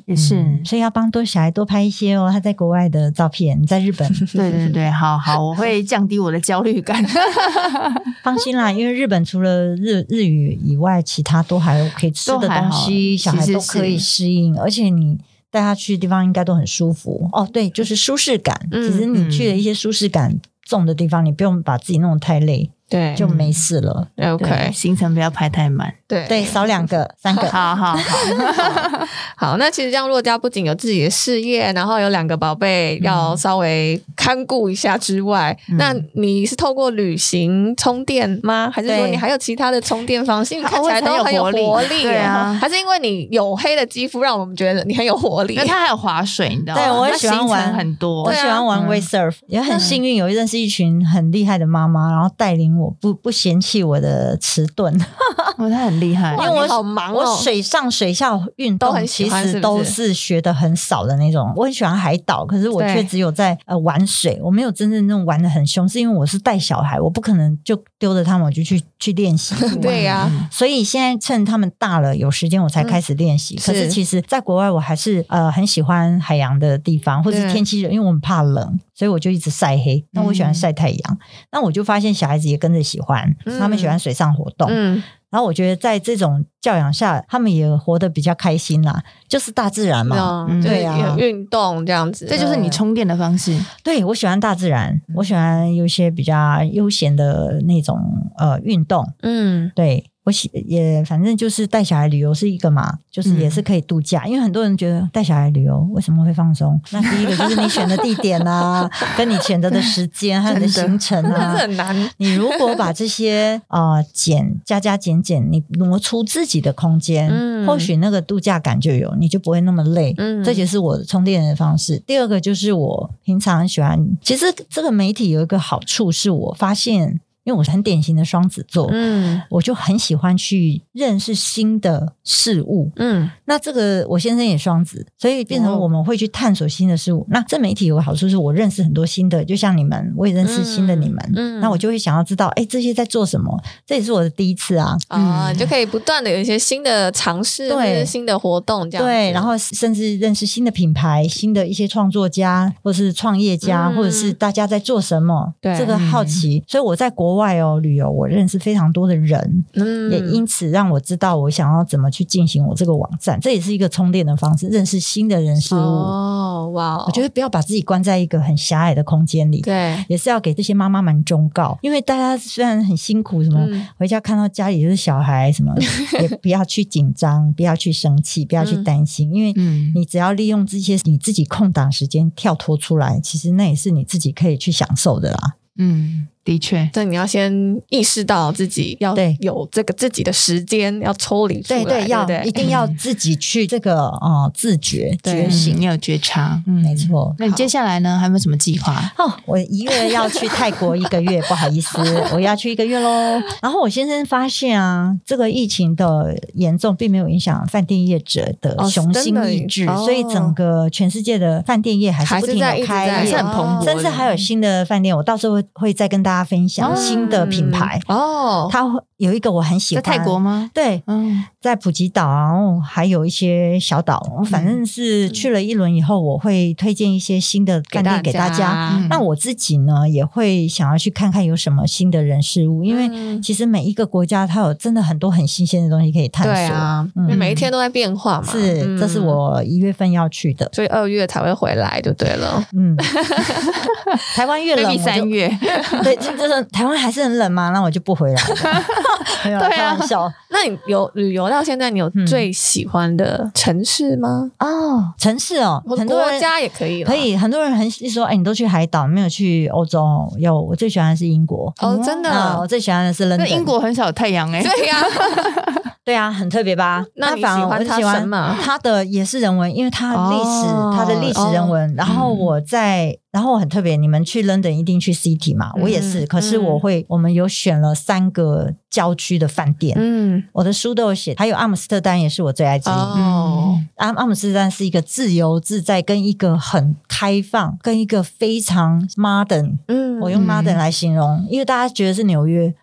也是、 嗯，所以要帮多小孩多拍一些哦，他在国外的照片，你在日本。 对对对，好好，我会降低我的焦虑感。 放心啦，因为日本除了日日语以外，其他都还有可以吃的东西，小孩都可以适应，而且你带他去的地方应该都很舒服哦。对，就是舒适感。嗯、其实你去了一些舒适感重的地方，你不用把自己弄得太累。 对， 就没事了。 嗯、OK， 行程不要排太满。 对对，少两个、三个。 好好好好。那其实这样，若家不仅有自己的事业，然后有两个宝贝要稍微看顾一下之外，嗯、那你是透过旅行充电吗？还是说你还有其他的充电方式？你看起来都很有活力， 活力对啊。 还是因为你黝黑的肌肤让我们觉得你很有活力？ 那他还有滑水，你知道吗？ 对，我也喜欢玩很多， 我喜欢玩 wave surf，、嗯、也很幸运有认识一群很厉害的妈妈，然后带领我不不嫌弃我的迟钝。 哦，他很厉害， 因为我好忙哦， 我水上水下运动其实都是学的很少的那种。我很喜欢海岛，可是我却只有在呃玩水，我没有真正那种玩的很凶，是因为我是带小孩，我不可能就丢着他们我就去去练习。 对呀、啊嗯，所以现在趁他们大了有时间我才开始练习、嗯。可是其实在国外我还是呃很喜欢海洋的地方，或者是天气热，因为我很怕冷，所以我就一直晒黑。那我喜欢晒太阳、嗯，那我就发现小孩子也跟着喜欢，嗯、他们喜欢水上活动。嗯，然后我觉得在这种教养下，他们也活得比较开心啦，就是大自然嘛， 嗯、对啊，运动这样子， 这就是你充电的方式。 对，我喜欢大自然，我喜欢有些比较悠闲的那种呃运动，嗯，对。我也反正就是带小孩旅游是一个嘛，就是也是可以度假、嗯、因为很多人觉得带小孩旅游为什么会放松，那第一个就是你选的地点啊跟你选择的时间和你的行程啊， 这很难。 你如果把这些呃减加加减减，你挪出自己的空间、嗯、或许那个度假感就有，你就不会那么累、嗯、这就是我的充电的方式。第二个就是我平常很喜欢，其实这个媒体有一个好处是我发现，因为我是很典型的双子座，嗯，我就很喜欢去认识新的事物，嗯，那这个我先生也双子，所以变成我们会去探索新的事物。哦、那这媒体有个好处是我认识很多新的，就像你们，我也认识新的你们，嗯，那我就会想要知道，哎，这些在做什么？这也是我的第一次啊， 啊、嗯，你就可以不断的有一些新的尝试，对，新的活动这样子， 对，然后甚至认识新的品牌、新的一些创作家，或是创业家，嗯、或者是大家在做什么，对，这个好奇，嗯、所以我在国。国外哦，旅游我认识非常多的人，嗯，也因此让我知道我想要怎么去进行我这个网站，这也是一个充电的方式，认识新的人事物。哦，哇！我觉得不要把自己关在一个很狭隘的空间里， 对， 也是要给这些妈妈们忠告，因为大家虽然很辛苦，什么、嗯、回家看到家里就是小孩，什么也不要去紧张，不要去生气，不要去担心，嗯、因为你只要利用这些你自己空档时间跳脱出来，其实那也是你自己可以去享受的啦。 嗯，的确， 但你要先意识到自己要有这个自己的时间，要抽离出来， 对对，要对对一定要自己去这个呃自觉觉醒， 要有觉察， 嗯，没错。 那你接下来呢？还有没有什么计划？ 哦，我一月要去泰国一个月，不好意思，我要去一个月咯。然后我先生发现啊，这个疫情的严重并没有影响饭店业者的雄心毅志，哦、所以整个全世界的饭店业还是不停的开业， 还是很蓬勃， 甚至还有新的饭店，我到时候会再跟大家分享新的品牌哦。它有一个我很喜欢， 在泰国吗？ 对，嗯，在普吉岛，然后还有一些小岛，反正是去了一轮以后，我会推荐一些新的饭店给大家。大家嗯、那我自己呢，也会想要去看看有什么新的人事物，因为其实每一个国家它有真的很多很新鲜的东西可以探索。 对啊，嗯、因为每一天都在变化嘛。 是，嗯、这是我一月份要去的， 所以二月才会回来就对了。 嗯，台湾越冷， 三月， 对，就是台湾还是很冷嘛，那我就不回来了。没有，开玩笑。 那你有旅游到现在，你有最喜欢的城市吗？ 嗯、哦，城市哦， 很多国家也可以， 可以。很多人很说，哎，你都去海岛，没有去欧洲。有，我最喜欢的是英国。 哦，真的、 嗯，我最喜欢的是伦敦。 英国很少有太阳哎、欸。 对呀、啊。 对啊，很特别吧？ 那你喜欢它什么？ 它的也是人文，因为它历史，哦、它的历史人文。哦、然后我在，嗯、然后我很特别，你们去 London 一定去 City 嘛，嗯、我也是。可是我会，嗯、我们有选了三个郊区的饭店。嗯，我的书都有写，还有阿姆斯特丹也是我最爱之一。哦，阿阿姆斯特丹是一个自由自在，跟一个很开放，跟一个非常 modern。嗯，我用 modern 来形容，因为大家觉得是纽约。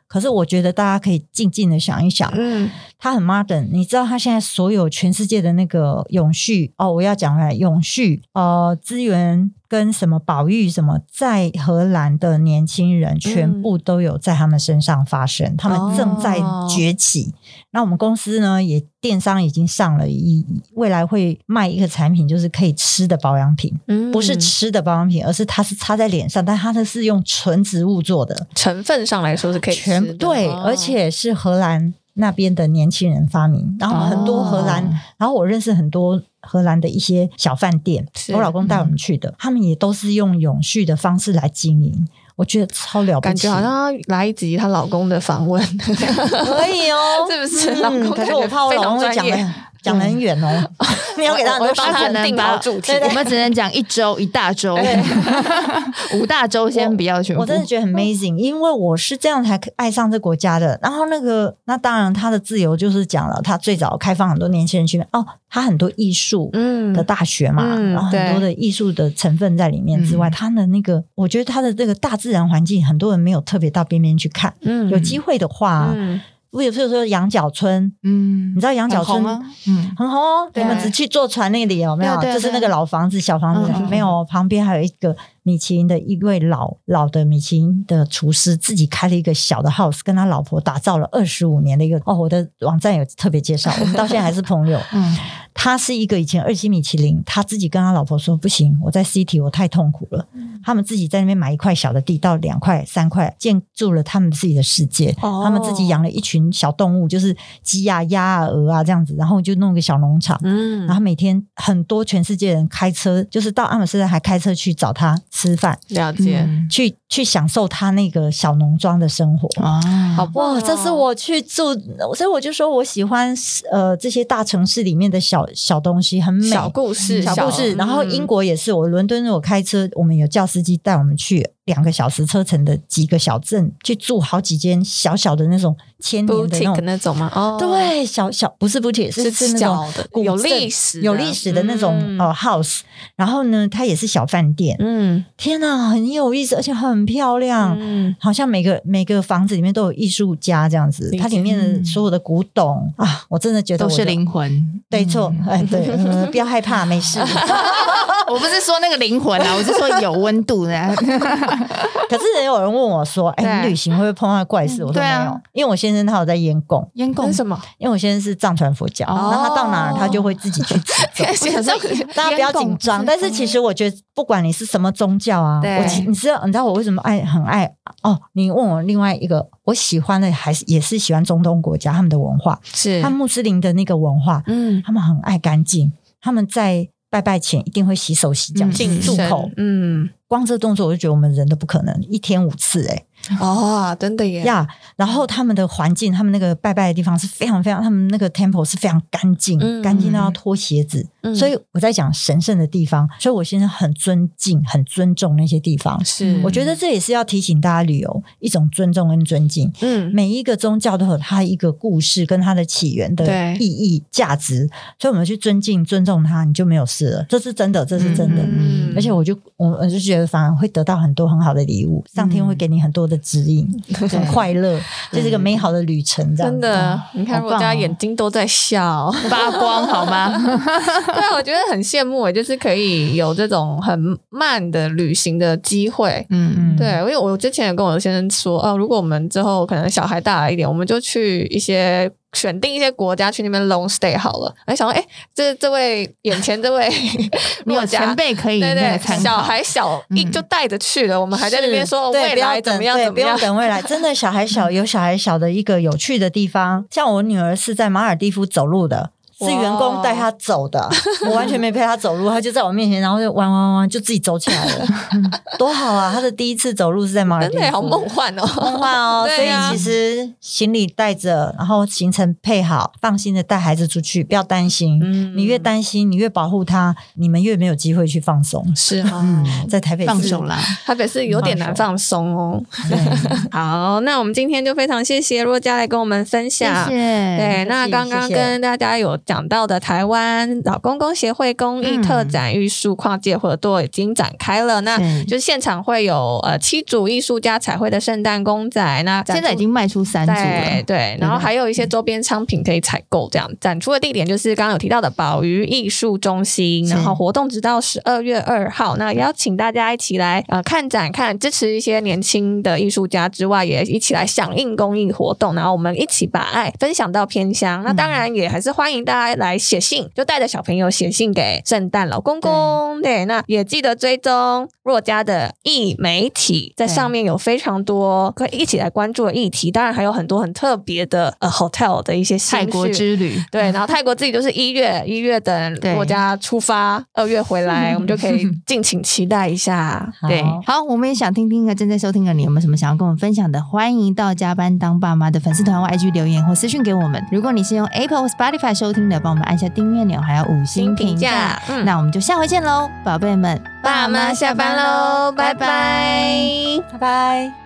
可是我觉得大家可以静静的想一想， 嗯， 它很 modern。你知道它现在所有全世界的那个永续哦，我要讲回来，永续呃资源跟什么保育什么，在荷兰的年轻人全部都有在他们身上发生，嗯、他们正在崛起。哦、那我们公司呢，也电商已经上了一未来会卖一个产品，就是可以吃的保养品，嗯、不是吃的保养品，而是它是擦在脸上，但它的是用纯植物做的， 成分上来说是可以吃的， 全对， 哦、 而且是荷兰那边的年轻人发明，然后很多荷兰，哦、然后我认识很多荷兰的一些小饭店，我老公带我们去的，嗯、他们也都是用永续的方式来经营，我觉得超了不起， 感觉好像来一集她老公的访问， 可以哦， 是不是？ 嗯、 老公可是我怕我老公会讲的讲得很远哦，你要给他很多帮他定好主题， 我们只能讲一周一大周，五大周先不要全部。 我真的觉得很 amazing， 因为我是这样才爱上这国家的。然后那个，那当然他的自由就是讲了，他最早开放很多年轻人去哦，他很多艺术的大学嘛， 嗯、 然后很多的艺术的成分在里面之外，嗯、他的那个，我觉得他的这个大自然环境，很多人没有特别到边边去看，嗯、有机会的话。嗯比如说羊角村，嗯，你知道羊角村， 啊、嗯， 很红哦。你们只去坐船那里有没有？就是那个老房子、小房子，嗯、没有。旁边还有一个米其林的一位老老的米其林的厨师，自己开了一个小的 house， 跟他老婆打造了二十五年的一个。哦，我的网站有特别介绍，我们到现在还是朋友。嗯，他是一个以前二星米其林，他自己跟他老婆说不行，我在 City 我太痛苦了。嗯、他们自己在那边买一块小的地，到两块、三块，建筑了他们自己的世界。哦、他们自己养了一群小动物，就是鸡啊、鸭啊、鹅啊这样子，然后就弄个小农场。嗯，然后每天很多全世界人开车，就是到阿姆斯特丹还开车去找他吃饭， 了解， 嗯、去去享受他那个小农庄的生活。 啊， 好哇！这是我去住，所以我就说我喜欢呃这些大城市里面的小小东西，很美， 小故事， 小故事。 嗯、 然后英国也是，我伦敦我开车，我们有叫司机带我们去两个小时车程的几个小镇，去住好几间小小的那种千年的那种那种吗？哦， 对，小小不是 boutique， 是是那种有历史有历史的那种、嗯、呃 house。然后呢，它也是小饭店。嗯，天哪，很有意思，而且很漂亮。嗯，好像每个每个房子里面都有艺术家这样子，它里面的所有的古董、嗯、啊，我真的觉得我都是灵魂。 对，错，嗯、哎，对、呃，不要害怕，没事。 我不是说那个灵魂啊，我是说有温度的、啊。 可是也有人问我说：“哎、欸，你旅行会不会碰到怪事？”我说没有，啊、因为我先生他有在烟供。 烟供什么？ 因为我先生是藏传佛教，哦、然后他到哪儿他就会自己去持咒。大家不要紧张，但是其实我觉得，不管你是什么宗教啊，我你知道你知道我为什么爱很爱哦？你问我另外一个，我喜欢的还是也是喜欢中东国家他们的文化， 是他们穆斯林的那个文化，嗯，他们很爱干净，他们在拜拜前一定会洗手洗脚、 净漱口，嗯，光这个动作我就觉得我们人都不可能一天五次哎、欸。 哦，真的耶呀！ Yeah, 然后他们的环境，他们那个拜拜的地方是非常非常，他们那个 temple 是非常干净，嗯、干净到要脱鞋子。嗯、所以我在讲神圣的地方，所以我现在很尊敬、很尊重那些地方。 是， 我觉得这也是要提醒大家旅游一种尊重跟尊敬。嗯，每一个宗教都有它一个故事跟它的起源的意义、价值，所以我们去尊敬、尊重它，你就没有事了。这是真的，这是真的。嗯，而且我就我我就觉得，反而会得到很多很好的礼物，上天会给你很多的指引，很快乐，这是一个美好的旅程。这样真的，你看我家眼睛都在笑， 发光好吗？ 对啊，我觉得很羡慕诶，就是可以有这种很慢的旅行的机会。嗯，对，因为我之前也跟我的先生说，哦，如果我们之后可能小孩大了一点，我们就去一些。选定一些国家去那边 long stay 好了，哎，想说，哎，这这位眼前这位， 你有前辈可以对对， 参考， 小孩小一就带着去了，嗯、我们还在那边说未来怎么样怎么样， 不用等未来，真的小孩小有小孩小的一个有趣的地方，像我女儿是在马尔地夫走路的。是员工带他走的，我完全没陪他走路，他就在我面前，然后就玩玩玩，就自己走起来了，嗯、多好啊！他的第一次走路是在马尔地夫， 真的好梦幻哦， 梦幻哦。所以其实行李带着，然后行程配好，放心的带孩子出去，不要担心。嗯、你越担心，你越保护他，你们越没有机会去放松。 是啊、 嗯，在台北市放手啦， 台北市有点难放松哦。好，那我们今天就非常谢谢若家来跟我们分享。 谢谢。 对，那刚刚跟大家有。 讲到的台湾老公公协会公益特展艺术跨界合作已经展开了，嗯、那就是现场会有呃七组艺术家彩绘的圣诞公仔，那现在已经卖出三组了， 对对，然后还有一些周边商品可以采购，这样展出的地点就是刚刚有提到的宝鱼艺术中心，然后活动直到十二月二号，那邀请大家一起来呃看展看，支持一些年轻的艺术家之外，也一起来响应公益活动，然后我们一起把爱分享到偏乡。那当然也还是欢迎大家来写信，就带着小朋友写信给圣诞老公公。对，那也记得追踪若家的艺媒体，在上面有非常多可以一起来关注的议题，当然还有很多很特别的呃 hotel 的一些泰国之旅。 对，然后泰国自己就是一月一月等若家出发，二月回来，我们就可以敬请期待一下。 对，好，我们也想听听正在收听的你有没有什么想要跟我们分享的，欢迎到加班当爸妈的粉丝团或 I G 留言或私讯给我们。如果你是用 Apple 或 Spotify 收听的，帮我们按下订阅钮，还有五星评价。嗯，那我们就下回见喽，宝贝们， 爸妈下班喽，拜拜， 拜拜。